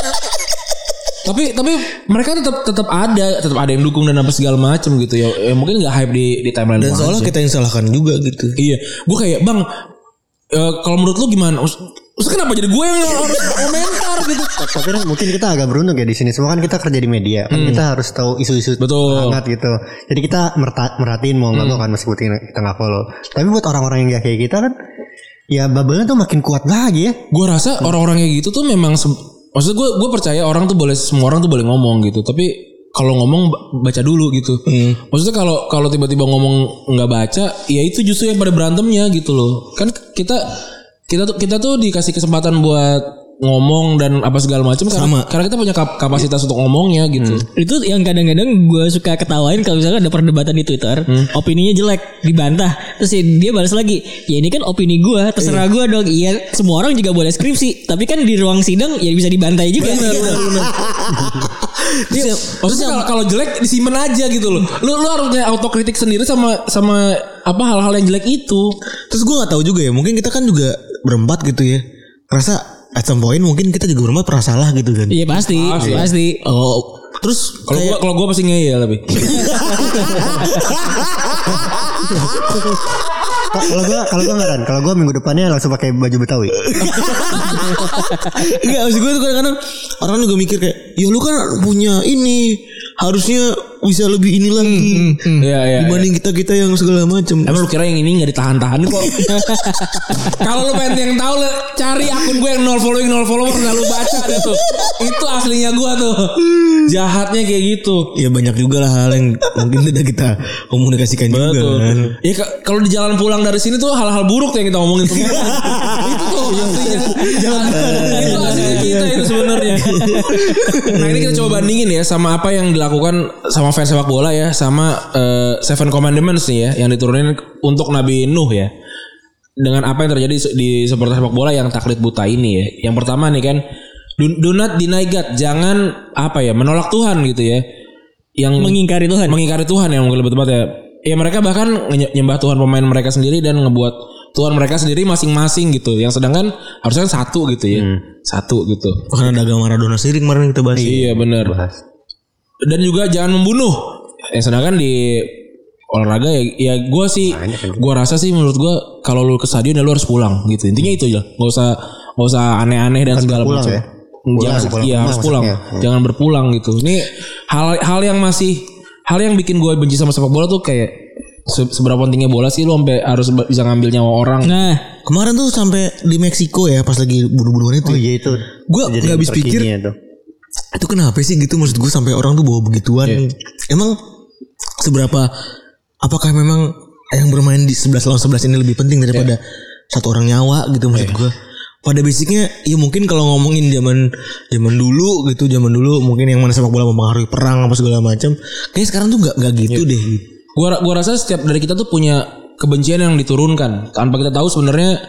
tapi tapi mereka tetap tetap ada, tetap ada yang dukung dan apa segala macam gitu ya. Ya mungkin nggak hype di di timeline Dan gua soalnya aja. kita yang salahkan juga gitu. Iya, gue kayak bang, eh, kalau menurut lu gimana? Terus kenapa jadi gue yang harus komentar gitu? Tapi kan mungkin kita agak beruntung ya di sini. Semua kan kita kerja di media, kan kita harus tahu isu-isu Betul. hangat gitu. Jadi kita merta- merhatiin mau nggak mau kan meskipun kita nggak follow. Tapi buat orang-orang yang gak kayak kita kan, ya bubble-nya tuh makin kuat lagi ya. Gue rasa orang-orang kayak gitu tuh memang se- maksudnya gue gue percaya orang tuh boleh, semua orang tuh boleh ngomong gitu, tapi kalau ngomong ba- baca dulu gitu. Maksudnya kalau kalau tiba-tiba ngomong nggak baca, ya itu justru yang pada berantemnya gitu loh. Kan kita kita tuh kita tuh dikasih kesempatan buat ngomong dan apa segala macam karena, Sama. karena kita punya kap- kapasitas untuk ngomongnya gitu. Itu yang kadang-kadang gue suka ketawain kalau misalnya ada perdebatan di Twitter, opininya jelek, dibantah, terus ya dia balas lagi, ya ini kan opini gue, terserah gue dong. Iya, semua orang juga boleh skripsi, tapi kan di ruang sidang ya bisa dibantai juga. Iya, maksudnya kalau kalau jelek disimpan aja gitu loh. Lu lu harusnya autokritik sendiri sama sama apa hal-hal yang jelek itu. Terus gue nggak tahu juga ya, mungkin kita kan juga berempat gitu ya. Rasa at some point mungkin kita juga berempat pernah salah gitu kan. Iya pasti, Pasti. pasti. Oh, terus Kalau gua kalau gua pasti ngeyel lebih. Kalau gua kalau gua nggak kan, kalau gua minggu depannya langsung pakai baju Betawi. enggak, maksud gue tuh kadang-kadang orang juga mikir kayak, ya lu kan punya ini, harusnya bisa lebih ini lagi. Iya iya. Dibanding kita-kita yang segala macam. Emang lu kira yang ini gak ditahan-tahan kok. Kalau lu pengen yang tahu lu cari akun gue yang nol following nol follower enggak lu baca deh tuh. Itu aslinya gue tuh. Jahatnya kayak gitu. Ya banyak juga lah hal yang mungkin tidak kita komunikasikan juga kan. Ya kalau di jalan pulang dari sini tuh hal-hal buruk tuh yang kita omongin semua. Itu tuh aslinya. Itu aslinya kita itu sebenarnya. Nah ini kita coba bandingin ya sama apa yang dilakukan sama fans sepak bola ya, sama uh, Seven Commandments nih ya yang diturunin untuk Nabi Nuh ya. Dengan apa yang terjadi di supporter sepak bola yang taklid buta ini ya. Yang pertama nih kan, do, do not deny God, jangan apa ya, menolak Tuhan gitu ya. Yang mengingkari Tuhan. Mengingkari Tuhan yang mungkin lebih tepat ya. Ya mereka bahkan nyembah Tuhan pemain mereka sendiri dan ngebuat Tuhan mereka sendiri masing-masing gitu. Yang sedangkan harusnya satu gitu ya. Hmm. Satu gitu. Karena dagang Maradona sendiri kemarin kita bahas. Iya benar. Dan juga jangan membunuh. Yang sedangkan di olahraga ya, ya gue sih, gue rasa sih menurut gue kalau lu ke stadion ya lu harus pulang gitu. Intinya itu aja. Gak usah, gak usah aneh-aneh dan segala macam. Ya? Jangan, pulang, iya harus pulang. Ya. Jangan berpulang gitu. Ini hal-hal yang masih, hal yang bikin gue benci sama sepak bola tuh kayak se- seberapa pentingnya bola sih lu sampai harus bisa ngambil nyawa orang. Nah kemarin tuh sampai di Meksiko ya pas lagi bunuh-bunuhan itu. Oh iya itu. Gue nggak habis pikir tuh. Itu kenapa sih gitu, maksud gue sampai orang tuh bawa begituan. Yeah. Emang seberapa, apakah memang yang bermain di sebelas lawan sebelas ini lebih penting daripada yeah. satu orang nyawa gitu maksud yeah. gue. Pada basicnya ya mungkin kalau ngomongin zaman zaman dulu gitu, zaman dulu mungkin yang mana sepak bola mempengaruhi perang apa segala macam. Kayaknya sekarang tuh nggak nggak gitu yeah. deh. Gua gua rasa setiap dari kita tuh punya kebencian yang diturunkan tanpa kita tahu sebenarnya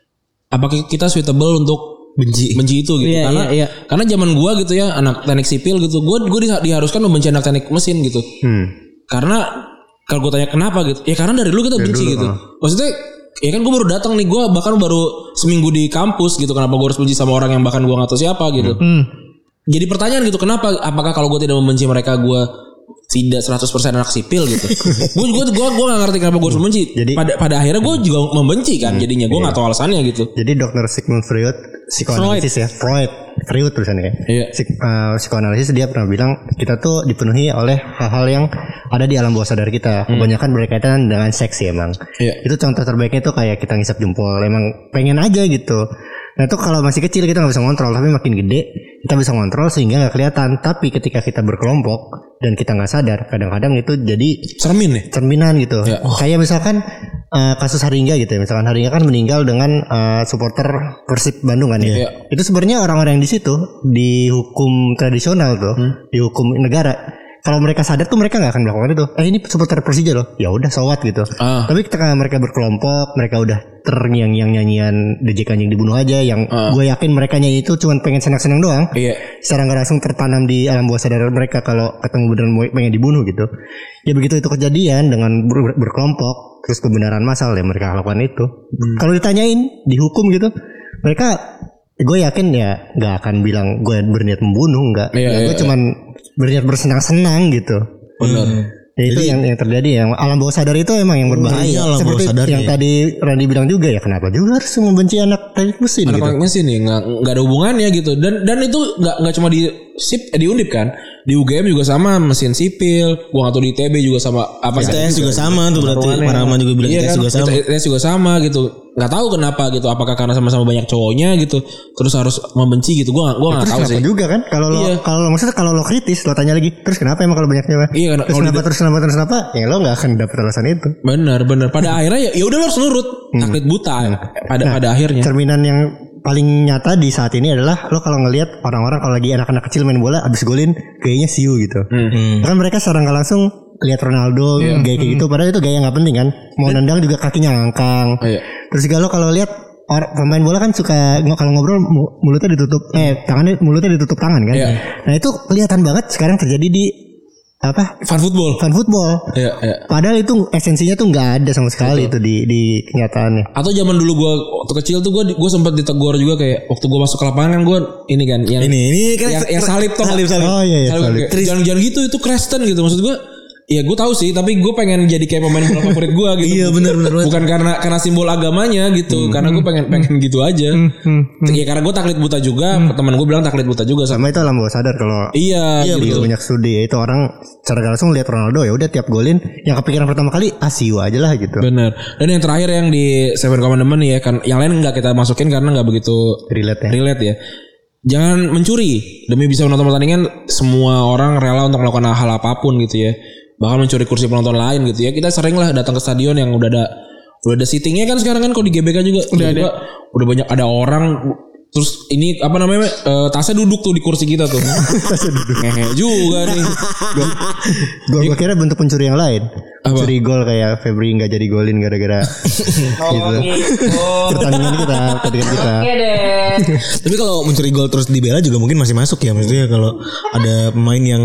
apakah kita suitable untuk benci benci itu gitu. Yeah, karena yeah, yeah. karena zaman gua gitu ya, anak teknik sipil gitu, gua gua diharuskan membenci anak teknik mesin gitu. Hmm. Karena kalau gua tanya kenapa gitu, ya karena dari dulu kita dari benci dulu, gitu. Uh. Maksudnya ya kan gue baru datang nih, gue bahkan baru seminggu di kampus gitu, kenapa gue harus benci sama orang yang bahkan gue gak tahu siapa gitu. Hmm. Jadi pertanyaan gitu, kenapa, apakah kalau gue tidak membenci mereka gue tidak seratus persen anak sipil gitu. Gue gue gue gue gak ngerti kenapa gue harus membenci. Jadi pada pada akhirnya gue juga membenci kan, jadinya gue iya. gak tahu alasannya gitu. Jadi dokter Sigmund Freud, psikoanalisis ya, Freud, Freud tulisannya. Iya. Psik, uh, psikoanalisis dia pernah bilang kita tuh dipenuhi oleh hal-hal yang ada di alam bawah sadar kita. Kebanyakan hmm. berkaitan dengan seks sih emang. Iya. Itu contoh terbaiknya tuh kayak kita ngisap jempol, emang pengen aja gitu. Nah itu kalau masih kecil kita gak bisa ngontrol, tapi makin gede kita bisa ngontrol sehingga gak kelihatan. Tapi ketika kita berkelompok dan kita gak sadar, kadang-kadang itu jadi cermin nih, cerminan gitu. Ya. Oh. Kayak misalkan uh, kasus Haringga gitu ya, misalkan Haringga kan meninggal dengan uh, supporter Persib Bandung kan ya. Ya. Itu sebenarnya orang-orang yang di situ dihukum tradisional tuh, hmm. dihukum negara. Kalau mereka sadar tuh mereka nggak akan melakukan itu. Eh ini supporter Persija loh, ya udah sowat gitu. Uh. Tapi ketika mereka berkelompok, mereka udah terngiang-ngiang nyanyian D J Kanjeng dibunuh aja, yang uh. gue yakin mereka nyanyi itu cuma pengen senang-senang doang. Iya. Secara nggak langsung tertanam di alam bawah sadar mereka kalau ketemu beneran pengen dibunuh gitu. Ya begitu itu kejadian dengan ber- berkelompok, terus kebenaran massal ya mereka lakukan itu. Hmm. Kalau ditanyain dihukum gitu, mereka gue yakin ya nggak akan bilang gue berniat membunuh, nggak. Iya, ya, gue iya, cuman berniat bersenang-senang gitu. Benar. Hmm. Ya itu yang yang terjadi, yang alam bawah sadar itu emang yang berbahaya. Seperti yang ya. Tadi Randy bilang juga ya, kenapa juga harus membenci anak teknik mesin anak gitu. Anak mesin nih nggak nggak ada hubungannya gitu. Dan dan itu nggak nggak cuma di sip eh, di Undip kan. Di U G M juga sama, mesin sipil. Gua nggak tahu di I T B juga sama apa I T S juga, juga sama tuh berarti. Paraman juga bilang iya I T S kan? juga sama. I T S juga sama gitu. Nggak tahu kenapa gitu, apakah karena sama-sama banyak cowoknya gitu terus harus membenci gitu. Gua gua nggak ya, tahu sih juga kan kalau lo iya. kalau maksudnya kalau lo kritis lo tanya lagi terus kenapa emang kalau banyak cewek iya, terus kenapa terus kenapa terus kenapa ya lo nggak akan dapet alasan itu. Benar benar pada akhirnya ya ya udah lo harus nurut taklid buta hmm. pada nah, pada akhirnya. Cerminan yang paling nyata di saat ini adalah lo kalau ngelihat orang-orang kalau lagi anak-anak kecil main bola abis golin gayanya siu gitu. Hmm. Kan mereka secara nggak langsung lihat Ronaldo yeah. gaya kayak gitu, padahal itu gaya nggak penting kan. Mau nendang juga kakinya ngangkang. Oh, iya. Terus juga lo kalau lihat or, pemain bola kan suka kalau ngobrol mulutnya ditutup, eh tangannya mulutnya ditutup tangan kan. Yeah. Nah itu kelihatan banget sekarang terjadi di apa? Fan football. Fan football. Iya, iya. Padahal itu esensinya tuh nggak ada sama sekali. Betul. Itu di di kenyataannya. Atau zaman dulu gue waktu kecil tuh gue gue sempat ditegur juga kayak waktu gue masuk ke lapangan kan gue ini kan yang ini ini kan yang, yang salib tuh salib salib. Oh iya iya. Salib. Salib. Jangan jangan gitu itu Kristen gitu maksud gue. Iya gue tahu sih, tapi gue pengen jadi kayak pemain bola favorit gue gitu. Iya benar benar. Bukan karena karena simbol agamanya gitu, hmm. karena gue pengen pengen gitu aja. Hmm. Hmm. Ya karena gue taklid buta juga, hmm. teman gue bilang taklid buta juga sama. Sama itu alam bawah sadar kalau iya, iya gitu. Banyak studi itu orang secara langsung lihat Ronaldo ya udah tiap golin yang kepikiran pertama kali Asiu aja lah gitu. Bener. Dan yang terakhir yang di Seven Commandments ya kan, yang lain nggak kita masukin karena nggak begitu relate ya. Relate ya. Jangan mencuri demi bisa menonton pertandingan. Semua orang rela untuk melakukan hal apapun gitu ya. Bahkan mencuri kursi penonton lain gitu ya. Kita sering lah datang ke stadion yang udah ada udah ada seatingnya kan sekarang kan, kalau di G B K juga udah ada, udah banyak ada orang. Terus ini apa namanya uh, tasnya duduk tuh di kursi kita tuh. Tasnya duduk. Ngehe juga nih. Gua gua kira bentuk pencuri yang lain. Pencuri gol kayak Febri nggak jadi golin gara-gara oh, gitu. gitu. Pertandingan kita, pertandingan kita. Oke deh. Tapi kalau mencuri gol terus dibela juga mungkin masih masuk ya, maksudnya kalau ada pemain yang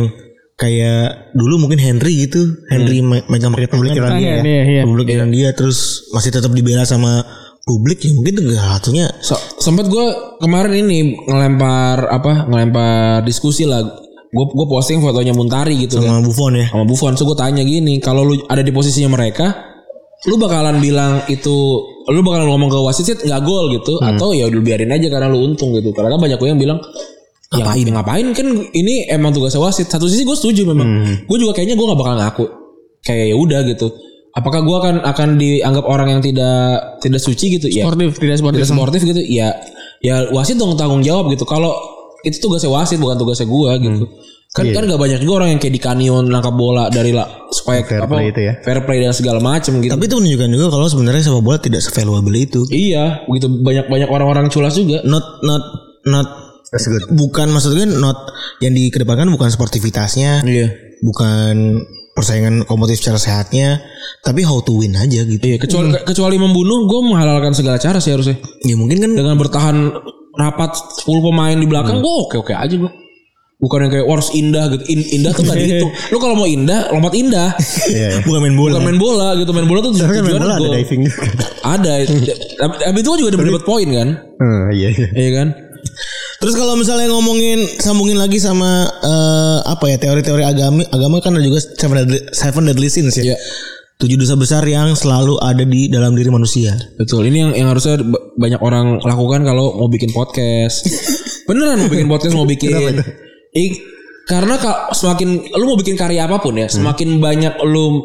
kayak dulu mungkin Henry gitu, Henry hmm. megang Republik Irlandia, ya. Republik Irlandia terus masih tetap dibela sama publik ya, mungkin enggak satunya. So, sempat gue kemarin ini ngelempar apa ngelempar diskusi lah. Gue gue posting fotonya Muntari gitu sama kan. Buffon ya. Sama Buffon. So gue tanya gini, kalau lu ada di posisinya mereka, lu bakalan bilang itu, lu bakalan ngomong ke wasit nggak gol gitu, hmm. atau ya udah biarin aja karena lu untung gitu. Karena banyak gue yang bilang ngapain ya, ngapain kan ini emang tugasnya wasit. Satu sisi gue setuju memang. Hmm. Gue juga kayaknya gue nggak bakal ngaku. Kayak ya udah gitu. Apakah gue akan akan dianggap orang yang tidak tidak suci gitu? Sportif, ya, tidak sportif. Tidak sportif gitu. Ya, ya wasit dong tanggung jawab gitu. Kalau itu tugasnya wasit bukan tugasnya gue gitu. Hmm. Kan yeah. kan gak banyak juga orang yang kayak di kanyon nangkap bola dari lah supaya fair apa, play itu ya. Fair play dan segala macam gitu. Tapi itu menunjukkan juga kalau sebenarnya sepak bola tidak se-valuable itu. Iya, begitu banyak-banyak orang-orang culas juga. Not not not That's good. Bukan maksudnya not yang dikedepankan bukan sportivitasnya. Iya. Bukan persaingan kompetitif secara sehatnya, tapi how to win aja gitu. Iya, kecuali hmm. kecuali membunuh, gue menghalalkan segala cara sih harusnya. Ya mungkin kan dengan bertahan rapat sepuluh pemain di belakang, hmm. gue oke-oke aja gue. Bukan yang kayak harus indah gitu. In, indah tuh gak dihitung. Lu kalau mau indah, lompat indah. Yeah. Bukan main bola. Bukan main bola gitu. Main bola tuh tujuannya bola ada diving juga. Ada. Tapi itu juga dapat poin kan? Hmm, iya iya. Iya kan? Terus kalau misalnya ngomongin sambungin lagi sama uh, apa ya teori-teori agama, agama kan ada juga seven deadly, seven deadly sins ya. Yeah. Tujuh dosa besar yang selalu ada di dalam diri manusia. Betul. Ini yang yang harusnya banyak orang lakukan kalau mau bikin podcast. Beneran mau bikin podcast, mau bikin. Eh, karena kalau semakin lu mau bikin karya apapun ya, hmm. semakin banyak lu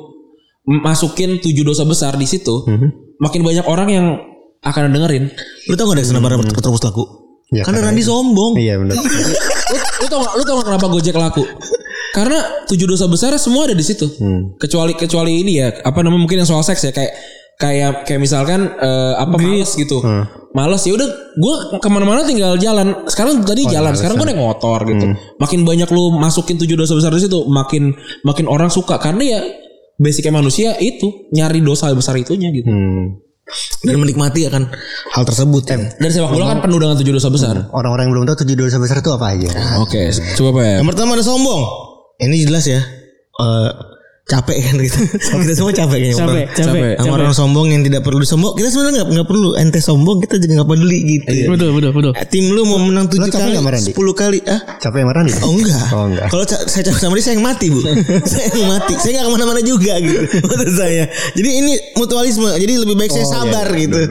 masukin tujuh dosa besar di situ, hmm. makin banyak orang yang akan dengerin. Lu tau gak deh kenapa hmm. terus laku? Ya, karena Randy sombong. Iya benar. lu, lu tau gak, lu tau gak kenapa Gojek laku? Karena tujuh dosa besar semua ada di situ. Hmm. Kecuali kecuali ini ya, apa namanya mungkin yang soal seks ya, kayak kayak kayak misalkan uh, apa malas gitu. Hmm. Malas ya udah gue kemana-mana tinggal jalan. Sekarang tadi oh, jalan, sekarang gue naik motor gitu. Hmm. Makin banyak lu masukin tujuh dosa besar di situ, makin makin orang suka karena ya basicnya manusia itu nyari dosa besar itunya gitu. Hmm. Dan menikmati akan hal tersebut kan. Dan sepak bola kan penuh dengan tujuh dosa besar. Orang-orang yang belum tahu tujuh dosa besar itu apa aja. Oke, okay, coba Pak. Yang pertama ada sombong. Ini jelas ya. Uh, capek kan kita. Kita semua capek kayaknya. Capek, capek. Sama orang sombong yang tidak perlu disombong. Kita sebenarnya nggak nggak perlu ente sombong, kita juga nggak peduli gitu. Iya. Betul, betul, betul. Tim lu mau menang tujuh kali, sepuluh kali, ah? Capek sama Randy? Oh enggak. Oh enggak. Kalau saya capek sama dia saya yang mati bu. Saya yang mati. Saya nggak kemana-mana juga gitu. Maksud saya. Jadi ini mutualisme. Jadi lebih baik oh, saya sabar iya, gitu.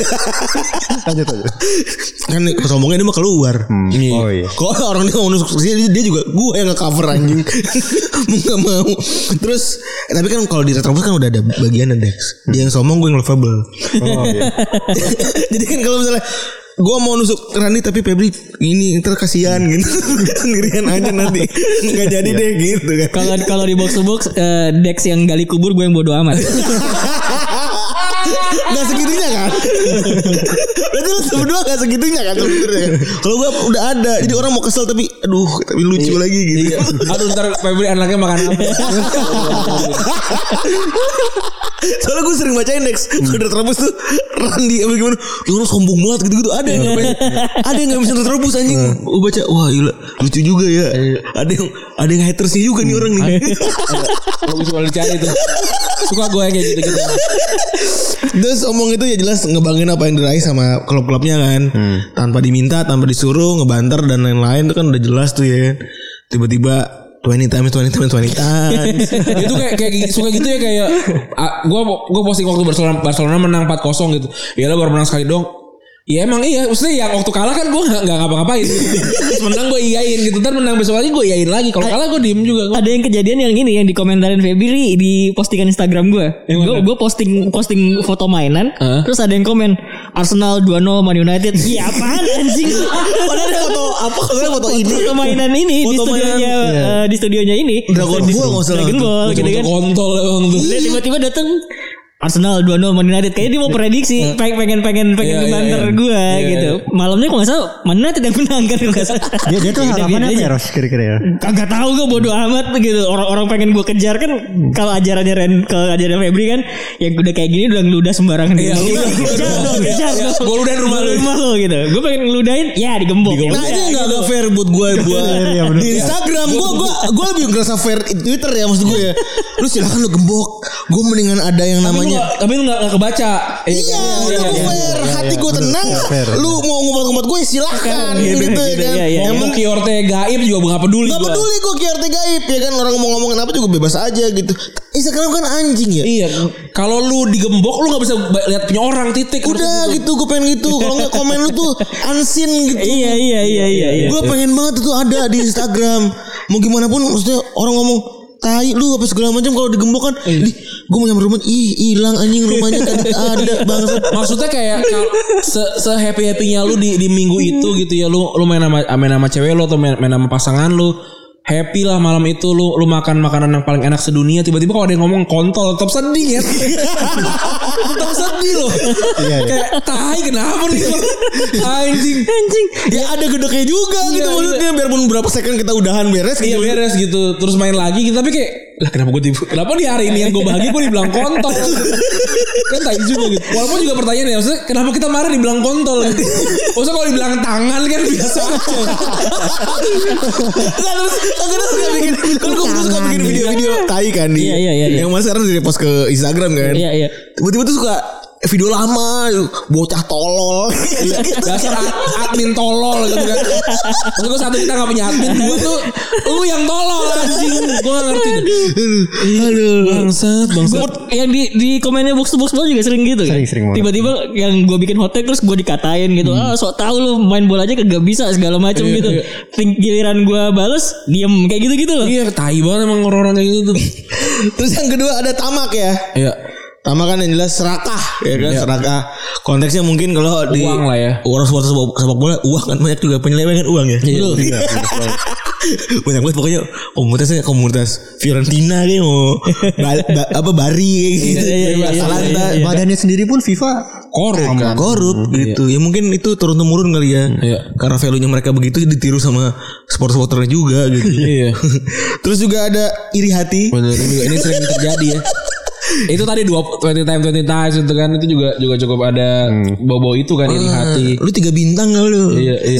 Lanjut aja. Kan kesombongnya dia mah keluar. Hmm. Oh iya. Kalau orang dia mau nusuk dia, dia juga gue yang nge-cover anjing. Mau nggak mau. Terus tapi kan kalau di Retrobus kan udah ada bagian Dex. Dia yang sombong, gue yang lovable. Oh iya. Jadi kan kalau misalnya gue mau nusuk Randy tapi Febri ini terkasihan gitu. Sendirian aja nanti. Enggak jadi deh gitu kan. Kalau kalau di box to box uh, Dex yang gali kubur, gue yang bodo amat. Gak segitunya kan. Berarti lu berdua gak segitunya kan sebenernya. Kalau gue udah ada. Jadi orang mau kesel tapi aduh tapi lucu lagi gitu. Iya. Aduh ntar Febri anaknya makan apa. Soalnya gue sering bacain Dex. Udah terobos tuh Randy apa gimana, lu orang sombong banget gitu-gitu. Ada yang ada yang gak bisa terobos anjing. Gue baca wah gila lucu juga ya. Ada yang ada yang hatersnya juga nih orang nih. Kalau bisa dicari tuh. Suka gue kayak gitu-gitu. Terus omong itu ya jelas ngebangin apa yang diraih sama klub-klubnya kan. Hmm. Tanpa diminta, tanpa disuruh, ngebanter dan lain-lain itu kan udah jelas tuh ya. Tiba-tiba twenty times twenty times twenty times. Itu kayak kayak suka gitu ya kayak gue gue posting waktu Barcelona Barcelona menang empat kosong gitu. Ya lah baru menang sekali dong. Ya emang iya, maksudnya yang waktu kalah kan gue gak, gak ngapa-ngapain gitu. Terus menang gue iyain gitu. Ntar menang besok lagi gue iyain lagi. Kalau kalah gue diem juga. Ada yang kejadian yang ini yang dikomentarin Febri di postingan Instagram gue. Gue gue posting posting foto mainan, huh? Terus ada yang komen Arsenal dua nol Man United. Iya apaan anjing? Padahal ada foto apa? Katanya foto ini. Foto mainan ini di Foto studionya mainan, uh, di studionya ini. Dragon Ball nggak salah. Dragon Ball gitu kan. Kontol emang tuh. Dia tiba-tiba datang Arsenal dua nol Man United. Kayaknya dia mau prediksi, pengen pengen pengen pengen Iya, iya, banter iya. gue Iya, gitu. iya. Malamnya kok nggak salah Man United yang menang kan nggak salah. Dia dia tuh Udah harapannya biarin apa ya aja. Ros kira-kira ya? Kagak tahu gue bodo amat gitu. Orang-orang pengen gue kejar kan. Kalau ajarannya Ren, kalau ajarannya Febri kan yang udah kayak gini udah ngeludah sembarangan. Iya, Gitu. udah, Kejar udah, dong, udah. kejar Iya, dong. gua ludahin rumah lu. Rumah lu gitu. Gue pengen ngeludahin, ya digembok. Nah ini nggak agak fair buat gue buat Iya, bener. di Instagram gue gue gue lebih ngerasa fair di Twitter ya maksud gue ya. Lu silakan lu gembok. Gue mendingan ada yang namanya. Tapi lu gak, gak kebaca. Iya, udah gue fair, hati gue tenang. fair. Lu mau ngumpat-ngumpat gue silahkan Iya, gitu ya gitu, kan. iya, iya. Yang Emang penting Kiorte gaib juga gak peduli. gak gua. peduli gue Q R T gaib ya kan, orang mau ngomongin apa juga bebas aja gitu. Instagram kan anjing ya. Iya, kalau lu digembok lu gak bisa ba- lihat punya orang titik. Udah gitu gue pengen gitu. Kalau nggak komen lu tuh unseen gitu. Iya iya iya iya. iya. Gue pengen banget itu ada di Instagram. Mau gimana pun maksudnya orang ngomong tai lu apa segala macam kalau digembok kan. Ih, gue mau nyamper rumah ih hilang anjing rumahnya tadi ada bangsat. Maksudnya kayak kal- se, se happy happynya lu di di minggu itu gitu ya, lu lu main sama main sama cewek lu atau main, main sama pasangan lu, happy lah malam itu lu lu makan makanan yang paling enak sedunia, tiba-tiba kalau ada yang ngomong kontol tetap sedih ya. Tetap sedih loh. Iya, iya. Kayak tai kenapa nih anjing. Anjing. Ya ada gedeknya juga Iya, gitu maksudnya biarpun berapa second kita udahan beres Iya gitu. beres gitu. Terus main lagi gitu. Tapi kayak lah kenapa gue tiba, kenapa di hari ini yang gue bahagia gue dibilang kontol. Kan tai juga gitu. Walaupun juga pertanyaan ya, maksudnya kenapa kita marah dibilang kontol gitu. Maksudnya kalau dibilang tangan kan biasa aja. Kan terus kan terus suka bikin kan gue suka bikin video-video tai kan di Iya, iya, iya, iya. yang mana sekarang di post ke Instagram kan. Iya iya. Tiba-tiba tuh suka video lama bocah tolol. Dasar ad- admin tolol gitu kan. Maksudnya satu kita gak punya admin, dua tuh lu yang tolol anjing. Gue gak ngerti deh. Aduh. Bangsat, bangsat. Yang di di komennya box to box bola juga sering gitu kan. Sering, sering banget. Tiba-tiba yang gue bikin hot take terus gue dikatain gitu. Ah sok tahu lu main bola aja kagak bisa segala macam Iya, gitu. iya. Ting- Giliran gue bales diem kayak gitu-gitu loh. Iya tai banget emang orang-orang kayak gitu tuh. Terus yang kedua ada tamak ya. Iya. Tamak kan yang jelas serakah ya kan, Iya. serakah. Konteksnya mungkin kalau di Uang lah ya. orang supporter sepak, sepak bola uang kan banyak juga penyelewengan uang ya. Betul. Banyak banget pokoknya komunitasnya komunitas Fiorentina kayak mau ba- ba- apa Bari kayak gitu. Iya, iya, iya, Atalanta. iya, Badannya sendiri pun FIFA Korup kan. Korup gitu. Ya mungkin itu turun temurun kali ya. Iya. Karena value-nya mereka begitu ditiru sama supporter-supporternya juga gitu. Iya. Terus juga ada iri hati. Bener ini juga ini sering terjadi ya. Itu tadi dua twenty time twenty times itu kan itu juga juga cukup ada bobo itu kan iri hati. Lu tiga bintang gak lu? Iya iya.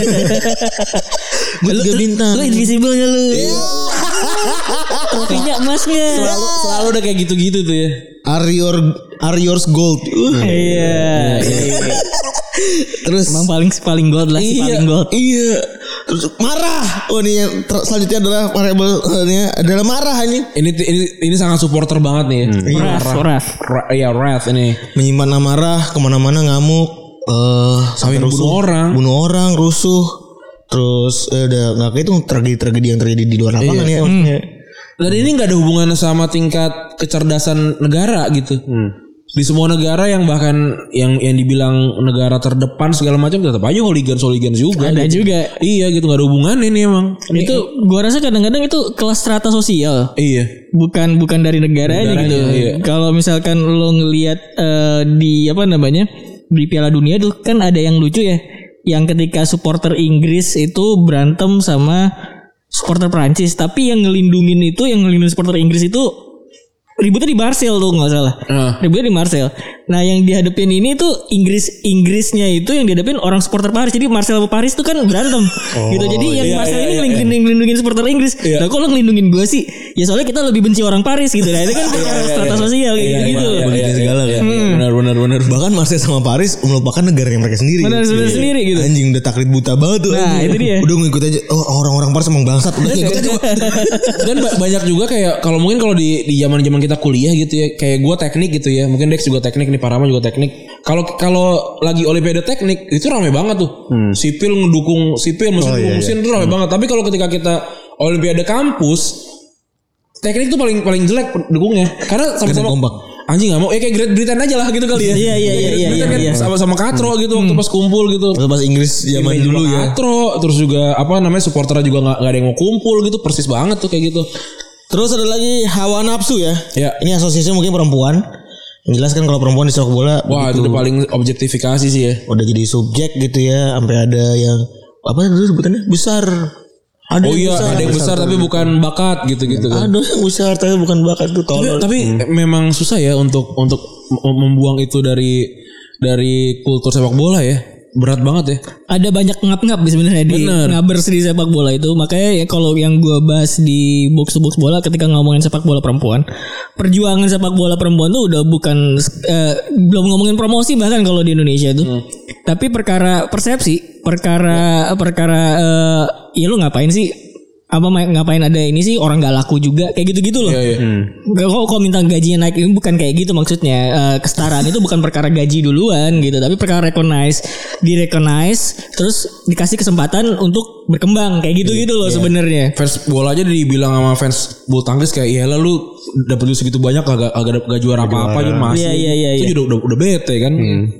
Gue tiga bintang. Lu invisible nya lu. Trofinya emasnya. Selalu selalu udah kayak gitu-gitu tuh ya. Are your are yours gold. Uh. Iya. Terus Emang paling paling gold lah si iya, paling gold. Iya. Terus marah. Oh ini yang ter- selanjutnya adalah variabelnya adalah marah ini. Ini ini ini sangat supporter banget nih. Ya. Wrath, wrath. Ra- Iya wrath ini. Menyimpan amarah kemana-mana ngamuk. Eh sampai Sampai bunuh orang. Bunuh orang, rusuh. Terus eh, udah nggak kayak itu tragedi-tragedi yang terjadi di luar lapangan ya. maksudnya. Dan ini nggak ada hubungannya sama tingkat kecerdasan negara gitu. Di semua negara yang bahkan yang yang dibilang negara terdepan segala macam tetap aja hooligans hooligans juga. Ada gitu. juga. Iya gitu nggak ada hubungannya ini emang. Itu gua rasa kadang-kadang itu kelas strata sosial. Iya. Bukan bukan dari negaranya Negaranya, gitu. iya. Kalau misalkan lo ngelihat eh, di apa namanya di Piala Dunia tuh kan ada yang lucu ya, yang ketika supporter Inggris itu berantem sama supporter Prancis, tapi yang ngelindungin itu yang ngelindungin supporter Inggris itu ributnya di Marseille tuh nggak salah. Uh. Ributnya di Marseille. Nah yang dihadapin ini tuh Inggris Inggrisnya itu yang dihadapin orang supporter Paris. Jadi Marseille sama Paris tuh kan berantem oh, gitu. Jadi yang iya, Marseille iya, ini iya, ngelindungin, iya. ngelindungin supporter Inggris. Iya. Nah kok lo ngelindungin gue sih? Ya soalnya kita lebih benci orang Paris gitu. Nah itu kan strata sosial kayak gitu-gitu. iya, iya, segala kan. Benar benar benar. Bahkan Marseille sama Paris melupakan negara mereka sendiri. Benar gitu. sebenarnya sendiri gitu. Anjing udah taklid buta banget tuh. Nah, anjing. itu dia. Udah ngikut aja. Oh, orang-orang Paris emang bangsat. Udah ngikut aja. Dan ba- banyak juga kayak kalau mungkin kalau di di zaman-zaman kita kuliah gitu ya, kayak gue teknik gitu ya, mungkin Dex juga teknik nih, Parama juga teknik. Kalau kalau lagi olimpiade teknik itu ramai banget tuh. Hmm. Sipil ngedukung sipil, mesin Oh, ngedukung iya, mesin iya. itu ramai banget. Tapi kalau ketika kita olimpiade kampus, teknik tuh paling paling jelek dukungnya karena sama-sama kompak. anjing nggak mau ya kayak Great Britain aja lah gitu kali ya. Iya, iya, iya, iya, Britain iya, kan iya. sama-sama katro gitu waktu pas kumpul gitu. Pas Inggris zaman Main dulu ya. katro, terus juga apa namanya supporternya juga nggak nggak ada yang mau kumpul gitu, persis banget tuh kayak gitu. Terus ada lagi hawa nafsu ya. Ya. Ini asosiasi mungkin perempuan. Menjelaskan kalau perempuan di sepak bola Wah itu begitu- udah paling objektifikasi sih ya. udah jadi subjek gitu ya, sampai ada yang apa dulu sebutannya besar. Ada Oh yang iya ada yang besar tapi bukan bakat gitu-gitu kan. Ada yang besar tapi bukan bakat tuh Tapi, tolol. tapi memang susah ya untuk untuk mem- membuang itu dari dari kultur sepak bola ya. Berat banget ya. Ada banyak ngap-ngap sebenarnya di Bener. ngabers di sepak bola itu. Makanya ya kalau yang gue bahas di box-box bola ketika ngomongin sepak bola perempuan, perjuangan sepak bola perempuan tuh udah bukan eh, belum ngomongin promosi bahkan kalau di Indonesia itu. Hmm. Tapi perkara persepsi, perkara ya. perkara eh, ya lu ngapain sih? Apa ngapain ada ini sih orang gak laku juga kayak gitu-gitu loh. Iya, iya. Hmm. Kok kok minta gajinya naik ini bukan kayak gitu maksudnya. Uh, kesetaraan itu bukan perkara gaji duluan gitu, tapi perkara recognize, di-recognize terus dikasih kesempatan untuk berkembang kayak gitu-gitu loh sebenarnya. Fans bola aja dibilang sama fans bulu tangkis kayak ya lu dapat duit segitu banyak agak agak gak juara apa-apa gitu masih. Iya, iya, iya, Itu iya. udah udah, udah bete kan. Hmm.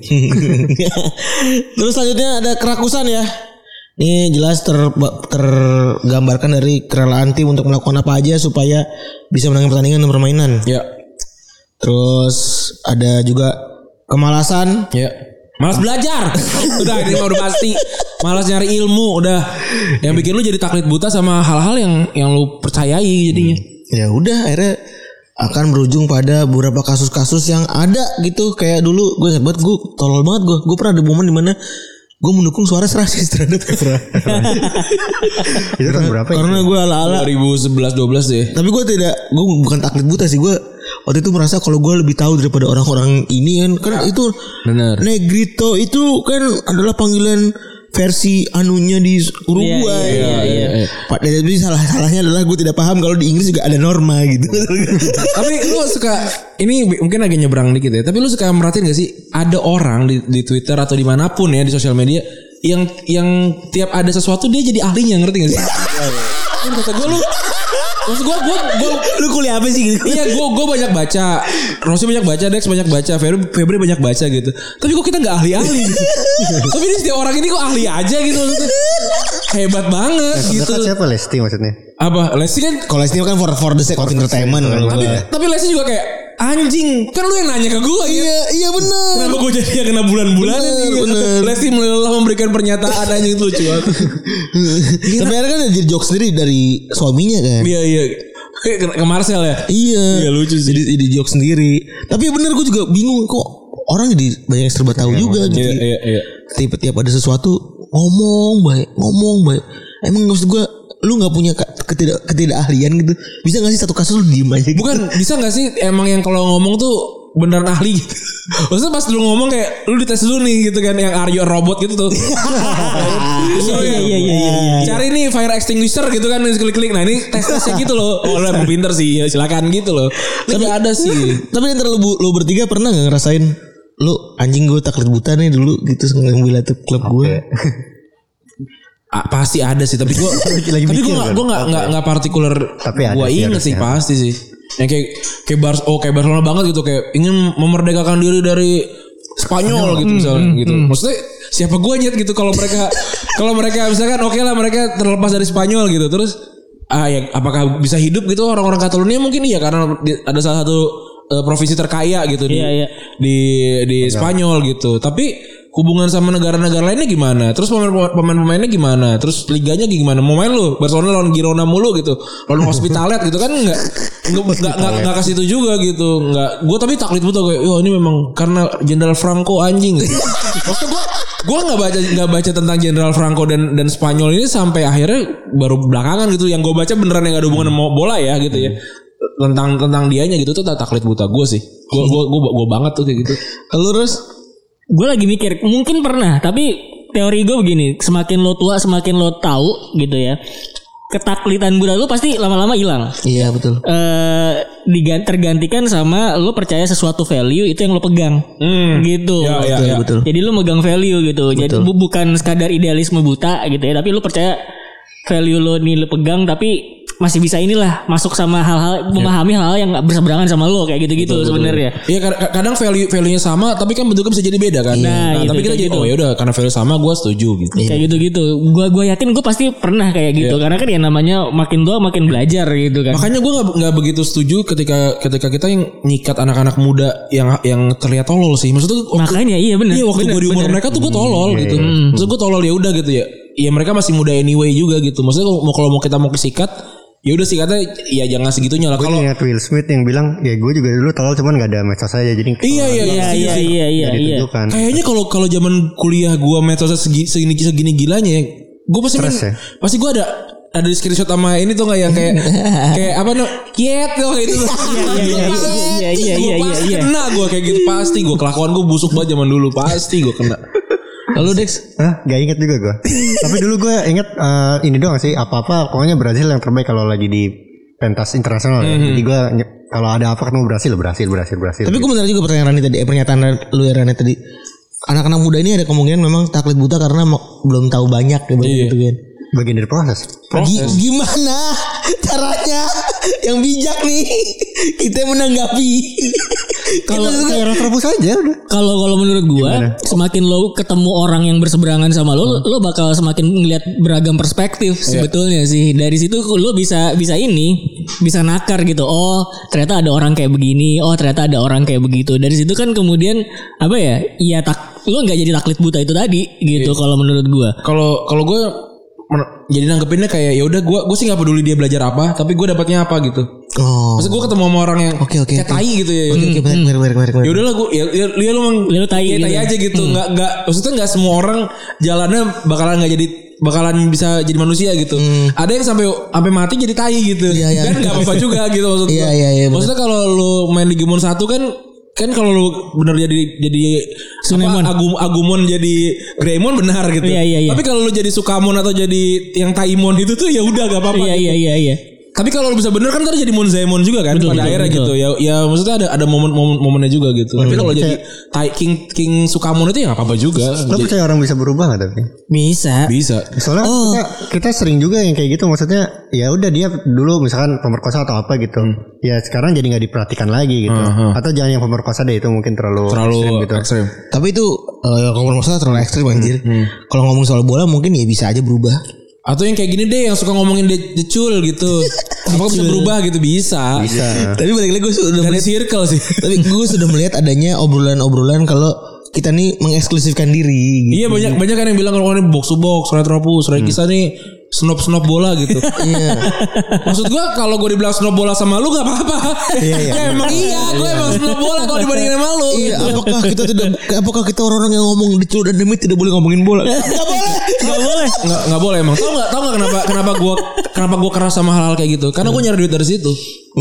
Terus selanjutnya ada kerakusan ya. Ini jelas ter, tergambarkan dari kerelaan tim untuk melakukan apa aja supaya bisa menangin pertandingan dan permainan. Ya. Terus ada juga kemalasan. Ya. Malas belajar. Udah ini mah udah pasti. Malas nyari ilmu udah. Yang bikin lu jadi taklid buta sama hal-hal yang yang lu percayai jadinya. Ya udah akhirnya akan berujung pada beberapa kasus-kasus yang ada gitu. Kayak dulu gue ingat banget, gue tolol banget gue. Gue pernah ada momen dimana gue mendukung Suarez rasis terhadap Evra. Itu tahun berapa ya? Karena gue ala-ala. dua ribu sebelas dua belas deh. Tapi gue tidak, gue bukan taklid buta sih. Gue waktu itu merasa kalau gue lebih tahu daripada orang-orang ini kan. Kan itu Bener. Negrito itu kan adalah panggilan versi anunya di Uruguay. Iya, iya, iya. Pak, tapi salah salahnya adalah gue tidak paham kalau di Inggris juga ada norma gitu. Tapi lu suka ini mungkin agak nyebrang dikit ya. Tapi lu suka merhatiin gak sih ada orang di, di Twitter atau dimanapun ya di sosial media yang yang tiap ada sesuatu dia jadi ahlinya, ngerti gak sih? Ini kata gue lu maksud gue gue gue Lu kuliah apa sih gitu? iya gue gue banyak baca, Rossi banyak baca, Dex banyak baca, Febri, Febri banyak baca gitu. Tapi kok kita nggak ahli-ahli gitu. Tapi ini setiap orang ini kok ahli aja gitu maksudnya. Hebat banget Nah, gitu. kan siapa Lesti maksudnya? Apa? Lesti kan Kalau ini kan for for the sake of entertainment kalau tapi gue. tapi Lesti juga kayak anjing, kan lu yang nanya ke gue ya. Iya, iya benar. Kenapa gue jadi yang kena bulan-bulan Bener, ini? bener. Lesti melelah memberikan pernyataan aja itu lucu banget. Tapi akhirnya kan jadi joke sendiri dari suaminya kan. Iya iya. Ke, ke Marcel ya. Iya. Iya, lucu sih. Jadi jadi joke sendiri. Tapi bener gue juga bingung kok orang jadi banyak yang serba tahu juga gitu. Iya iya iya. Tiap-tiap ada sesuatu ngomong baik, ngomong baik. Emang maksud gue lu nggak punya ka- ketidak ketidakahlian gitu? Bisa nggak sih satu kasus lu diem aja? Gitu? Bukan bisa gak sih emang yang kalau ngomong tuh beneran ahli gitu. Maksudnya pas lu ngomong kayak lu dites dulu nih gitu kan, yang are you a robot gitu tuh. Iya iya iya iya. Cari nih fire extinguisher gitu kan, klik-klik. Nah ini tes-tesnya gitu loh. Oh lu emang pinter sih, ya silakan gitu loh. Tapi ada sih. Tapi antara lu, lu bertiga pernah nggak ngerasain lu anjing gue taklid buta nih dulu gitu ngambil itu klub gue. Ah, pasti ada sih, tapi gue Lagi tapi gue mikir nggak kan? gue nggak nggak nggak partikular. Tapi ada Gue sih inget sih harusnya. pasti sih. Yang kayak kayak Bar oh kayak Barcelona banget gitu, kayak ingin memerdekakan diri dari Spanyol gitu misalnya gitu. Maksudnya siapa gue nyet gitu kalau mereka kalau mereka misalkan oke lah mereka terlepas dari Spanyol gitu, terus ah ya apakah bisa hidup gitu orang-orang Catalonia? Mungkin iya karena di- ada salah satu uh, provinsi terkaya gitu di Iya, iya. di di Spanyol gitu. Tapi hubungan sama negara-negara lainnya gimana? Terus pemain-pemainnya gimana? Terus liganya gimana? Mau main lu Barcelona lawan Girona mulu gitu, lawan Hospitalet gitu kan nggak nggak nggak nggak kasih itu juga gitu, nggak. Gue tapi taklid buta kayak, yo ini memang karena Jenderal Franco anjing. Gitu. Maksudnya gue gue nggak baca nggak baca tentang Jenderal Franco dan dan Spanyol ini sampai akhirnya baru belakangan gitu. Yang gue baca beneran yang gak ada hubungan sama bola ya gitu ya. Tentang tentang dianya gitu tuh taklid buta gue sih. Gue gue gue gue banget tuh kayak gitu. Lu terus gue lagi mikir mungkin pernah, tapi teori gue begini, semakin lo tua semakin lo tahu gitu ya, ketaklitan buta lu pasti lama-lama hilang. Iya betul. Eh digan- tergantikan sama lo percaya sesuatu value itu yang lo pegang, Hmm. gitu. Ya, ya, Betul, ya. betul. Jadi lo megang value gitu. Jadi bu- bukan sekadar idealisme buta gitu ya, tapi lo percaya value lo nih lo pegang, tapi masih bisa inilah masuk sama hal-hal, memahami hal-hal yang gak berseberangan sama lo kayak gitu-gitu sebenarnya. Iya kadang value value-nya sama tapi kan bentuknya bisa jadi beda kan. Nah, Nah, gitu, tapi kita kayak jadi gitu. oh ya udah karena value sama gue setuju gitu. Kayak gitu-gitu. Gua gua yakin gue pasti pernah kayak gitu, karena kan ya namanya makin tua makin belajar gitu kan. Makanya gue nggak nggak begitu setuju ketika ketika kita yang nyikat anak-anak muda yang yang terlihat tolol sih. Maksudnya waktu, Makanya iya benar. iya waktu gue di umur mereka tuh gue tolol gitu. Maksud gue tolol ya udah gitu ya. Iya mereka masih muda anyway juga gitu. Maksudnya kalau mau kalau mau kita mau kesikat ya udah sikatnya ya jangan segitunya lah. Gue Kalau ingat Will Smith yang bilang ya gue juga dulu tolol cuman gak ada medsos aja jadi iya iya Iya iya iya iya iya. ditunjukkan. kayaknya kalau kalau zaman kuliah gue metode segi, segini segini gilanya ya, gue pasti main, Stres ya? pasti gue ada ada di screenshot sama ini tuh nggak yang kayak kayak apa no kiet tuh kayak gitu. Iya iya iya iya iya Gue pasti iya. kena gue kayak gitu pasti gue kelakuan gue busuk banget zaman dulu pasti gue kena. Lalu Dex, Hah, gak inget juga gue. Tapi dulu gue inget uh, ini doang sih apa-apa pokoknya Brazil yang terbaik kalau lagi di pentas internasional ya. Jadi gue ny- kalau ada apa ketemu Brazil, Brazil, Brazil, Brazil. tapi gue benar juga pertanyaan Rani tadi, eh, pernyataan lu ya Rani tadi. Anak-anak muda ini ada kemungkinan memang taklid buta karena mo- belum tahu banyak gitu, gitu kan. Bagian dari proses. Gi- gimana caranya yang bijak nih kita menanggapi? Kalau Kayak retropus aja udah. Kalau kalau menurut gua, semakin lo ketemu orang yang berseberangan sama lo, lo bakal semakin ngelihat beragam perspektif sebetulnya sih. Dari situ lo bisa bisa ini, bisa nakar gitu. Oh, ternyata ada orang kayak begini. Oh, ternyata ada orang kayak begitu. Dari situ kan kemudian apa ya? Iya tak lo nggak jadi taklid buta itu tadi gitu. Kalau menurut gua. Kalau kalau gue men- jadi nanggepinnya kayak ya udah gue gue sih nggak peduli dia belajar apa tapi gue dapatnya apa gitu. Oh. Maksud gue ketemu sama orang yang Oke, oke, kayak oke. tai gitu ya. Oke oke menarik menarik menarik menarik. Ya udahlah gue ya, ya, ya lu emang Lu tai ya, tai gitu. aja gitu. Nggak nggak maksudnya nggak semua orang jalannya bakalan nggak jadi bakalan bisa jadi manusia gitu. Ada yang sampai sampai mati jadi tai gitu. Iya, iya. Kan nggak apa-apa juga gitu maksud gue. Iya, iya, iya, bener. Maksudnya kalau lu main di Digimon satu kan kan kalau lu bener jadi jadi Sunemon. apa, Agum, Agumon jadi Greymon benar gitu. Iya, iya, iya. Tapi kalau lu jadi Sukamon atau jadi yang Taimon itu tuh ya udah gak apa-apa. Iya gitu. iya iya iya. Tapi kalau lu bisa bener kan ntar jadi Monzaemon juga kan Betul, pada betul, akhirnya betul. gitu. Ya ya maksudnya ada ada momen-momen momennya juga gitu. Tapi kalau jadi Tai King King Sukamon itu ya enggak apa-apa juga. Lo Jadi- percaya orang bisa berubah gak tapi? Bisa. bisa. Soalnya kita, kita sering juga yang kayak gitu maksudnya ya udah dia dulu misalkan pemerkosa atau apa gitu. Ya sekarang jadi nggak diperhatikan lagi gitu. Atau jangan yang pemerkosa deh itu mungkin terlalu, Terlalu ekstrim gitu. ekstrim. Tapi itu eh, kalau masalah terlalu ekstrim anjir. Kalau ngomong soal bola mungkin ya bisa aja berubah. Atau yang kayak gini deh yang suka ngomongin de- decul gitu. Apakah bisa berubah gitu bisa. Bisa. Tapi balik lagi gue sudah Dari melihat, circle sih. tapi gue sudah melihat adanya obrolan-obrolan kalau kita nih mengeksklusifkan diri. Gitu. Iya banyak banyak kan yang bilang kalau ini box to box, retropus, Rekisa nih snop-snop bola gitu. Iya. Maksud gua kalau gue dibilang snop bola sama lu gak apa-apa. Iya, iya. Ya emang iya, gue emang snop bola kalau dibandingin sama lu. Iya, gitu. apakah kita tidak apakah kita orang-orang yang ngomong dicul dan demit tidak boleh ngomongin bola? Enggak boleh. Gak boleh. Nggak nggak boleh emang. Tahu nggak tahu nggak kenapa kenapa gue kenapa gue keras sama hal-hal kayak gitu? Karena gue nyari duit dari situ.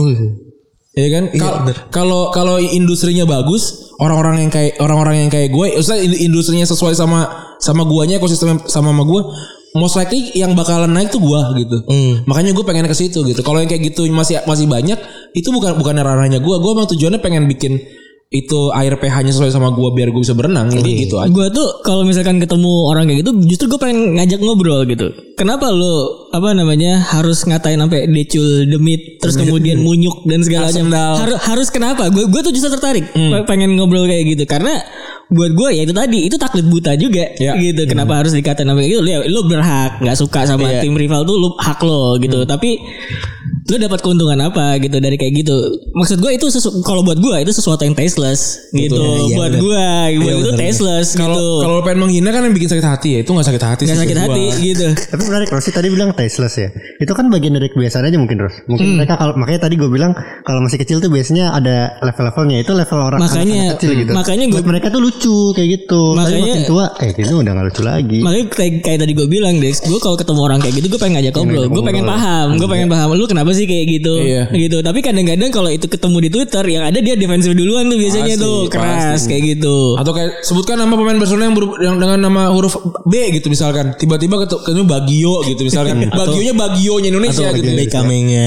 Iya kan? Kal- Kalau kalau industrinya bagus, orang-orang yang kayak orang-orang yang kayak gue, maksudnya industrinya sesuai sama sama guanya, ekosistem sama sama gue, most likely yang bakalan naik tuh gua gitu. Makanya gue pengen ke situ gitu. Kalau yang kayak gitu masih masih banyak, itu bukan bukan ranahnya gue. Gue emang tujuannya pengen bikin itu air pH-nya sesuai sama gue biar gue bisa berenang. Jadi gitu aja. Gue tuh kalau misalkan ketemu orang kayak gitu, justru gue pengen ngajak ngobrol gitu. Kenapa lo apa namanya harus ngatain sampai decul, demit, terus kemudian munyuk dan segala macam. Harus harus kenapa? Gue gue tuh justru tertarik pengen ngobrol kayak gitu karena buat gue ya itu tadi itu taklid buta juga Ya. gitu. Kenapa harus dikatain sampai gitu? Lo, lo berhak nggak suka sama tim rival tuh lo hak lo gitu. Tapi lu dapat keuntungan apa gitu dari kayak gitu. Maksud gue itu sesu- kalau buat gue itu sesuatu yang tasteless gitu. Iya, buat bener. gue buat Iya, itu bener. tasteless Kalau gitu. kalau lu pengen menghina kan yang bikin sakit hati ya, itu enggak sakit hati Gak sih. sakit menurut hati gua. gitu. Tapi menarik Rosi tadi bilang tasteless ya. Itu kan bagian dari kebiasaan aja mungkin Ros. Mungkin Hmm. mereka kalau makanya tadi gue bilang kalau masih kecil tuh biasanya ada level-levelnya. Itu level orang Makanya- anak kecil gitu. makanya gua- Buat mereka tuh lucu kayak gitu. Tapi Makanya- makin tua eh itu udah gak lucu lagi. Makanya kayak, kayak tadi gue bilang Dex, gue kalau ketemu orang kayak gitu gue pengen ngajak ngobrol, gue pengen paham, gue pengen paham lu kenapa sih kayak gitu, Iya. gitu. Tapi kadang-kadang kalau itu ketemu di Twitter yang ada dia defensif duluan tuh biasanya Pasti, tuh keras pasti. kayak gitu. Atau kayak sebutkan nama pemain Barcelona yang, ber- yang dengan nama huruf B gitu misalkan. Tiba-tiba ketemu ketemu Bagio gitu misalkan. Bagionya Bagionya Indonesia gitu. Bekamingnya.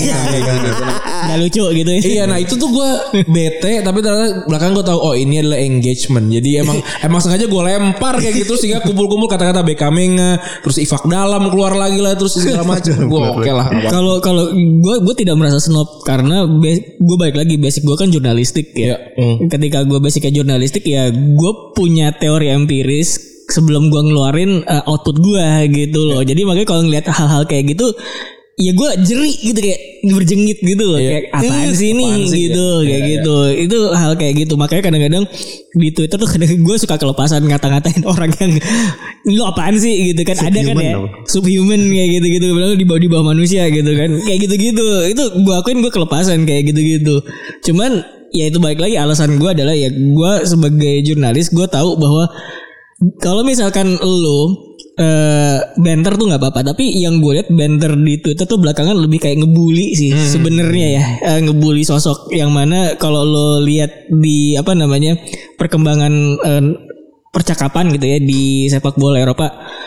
Nggak lucu gitu ya. Iya, nah itu tuh gue bete, tapi ternyata belakang gue tahu oh ini adalah engagement. Jadi emang emang sengaja gue lempar kayak gitu sehingga kumpul-kumpul kata-kata Bekamenga, terus Ifak dalam keluar lagi lah, terus segala macam. Gue oke lah. Kalau kalau gue gue tidak merasa snob karena gue balik lagi basic gue kan jurnalistik ya. Iya. Ketika gue basicnya jurnalistik ya gue punya teori empiris sebelum gue ngeluarin uh, output gue gitu loh. Jadi makanya kalau ngeliat hal-hal kayak gitu ya gue jeri gitu kayak berjengit gitu loh. Iya. Kayak apaan sih ini Apaan sih, gitu ya. kayak Iya, gitu. Itu hal kayak gitu. Makanya kadang-kadang di Twitter tuh kadang gue suka kelepasan ngata-ngatain orang yang lu apaan sih gitu kan. Ada kan Subhuman ya dong. subhuman kayak gitu-gitu bilang di bawah di bawah manusia gitu kan. Kayak gitu-gitu. Itu gue akuin gue kelepasan kayak gitu-gitu. Cuman ya itu balik lagi alasan gue adalah ya gue sebagai jurnalis gue tahu bahwa kalau misalkan lu Uh, banter tuh nggak apa-apa, tapi yang gue lihat banter di Twitter tuh belakangan lebih kayak ngebully sih Hmm. sebenarnya ya, uh, ngebully sosok yang mana kalau lo lihat di apa namanya perkembangan uh, percakapan gitu ya di sepak bola Eropa,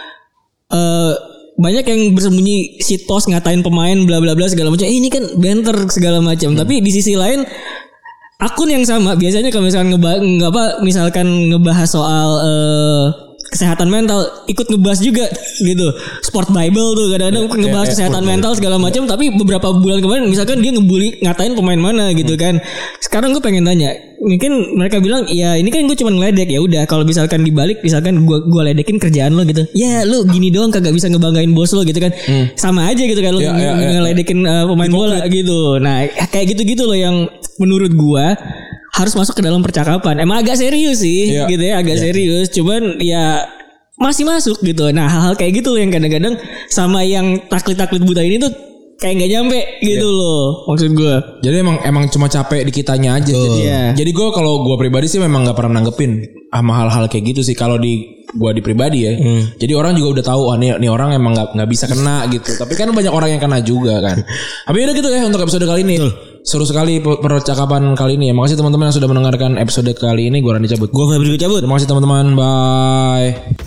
uh, banyak yang bersembunyi shitpost ngatain pemain bla bla bla segala macam. Eh, ini kan banter segala macam, tapi di sisi lain akun yang sama biasanya kalau misalkan ngeba- nggak apa misalkan ngebahas soal uh, kesehatan mental ikut ngebahas juga gitu. Sport Bible tuh kadang-kadang ngebahas ya, kesehatan mental segala macam, tapi beberapa bulan kemarin misalkan dia ngebully ngatain pemain mana gitu kan. Sekarang gue pengen tanya, mungkin mereka bilang ya ini kan gue cuma ngeledek, ya udah kalau misalkan dibalik misalkan gue gue ledekin kerjaan lo gitu. Ya lu gini doang kagak bisa ngebanggain bos lo gitu kan. Sama aja gitu kan lu Ya, ya, ya, ngeledekin uh, pemain bola gitu. Nah, kayak gitu-gitu loh yang menurut gua harus masuk ke dalam percakapan. Emang agak serius sih, Iya. gitu ya, agak serius. Cuman ya masih masuk gitu. Nah, hal-hal kayak gitu loh yang kadang-kadang sama yang taklit-taklit buta ini tuh kayak nggak nyampe gitu loh, maksud gua. Jadi emang emang cuma capek di kitanya aja. Jadi, Iya. jadi gue kalau gue pribadi sih memang nggak pernah nanggepin sama hal-hal kayak gitu sih. Kalau di gue di pribadi ya. Jadi orang juga udah tahu, ah, nih, nih orang emang nggak nggak bisa kena gitu. Tapi kan banyak orang yang kena juga kan. Tapi udah gitu ya untuk episode kali ini. Seru sekali per- percakapan kali ini ya. Makasih teman-teman yang sudah mendengarkan episode kali ini. Gue Randy cabut. Gue Febri cabut. Terima kasih teman-teman. Bye.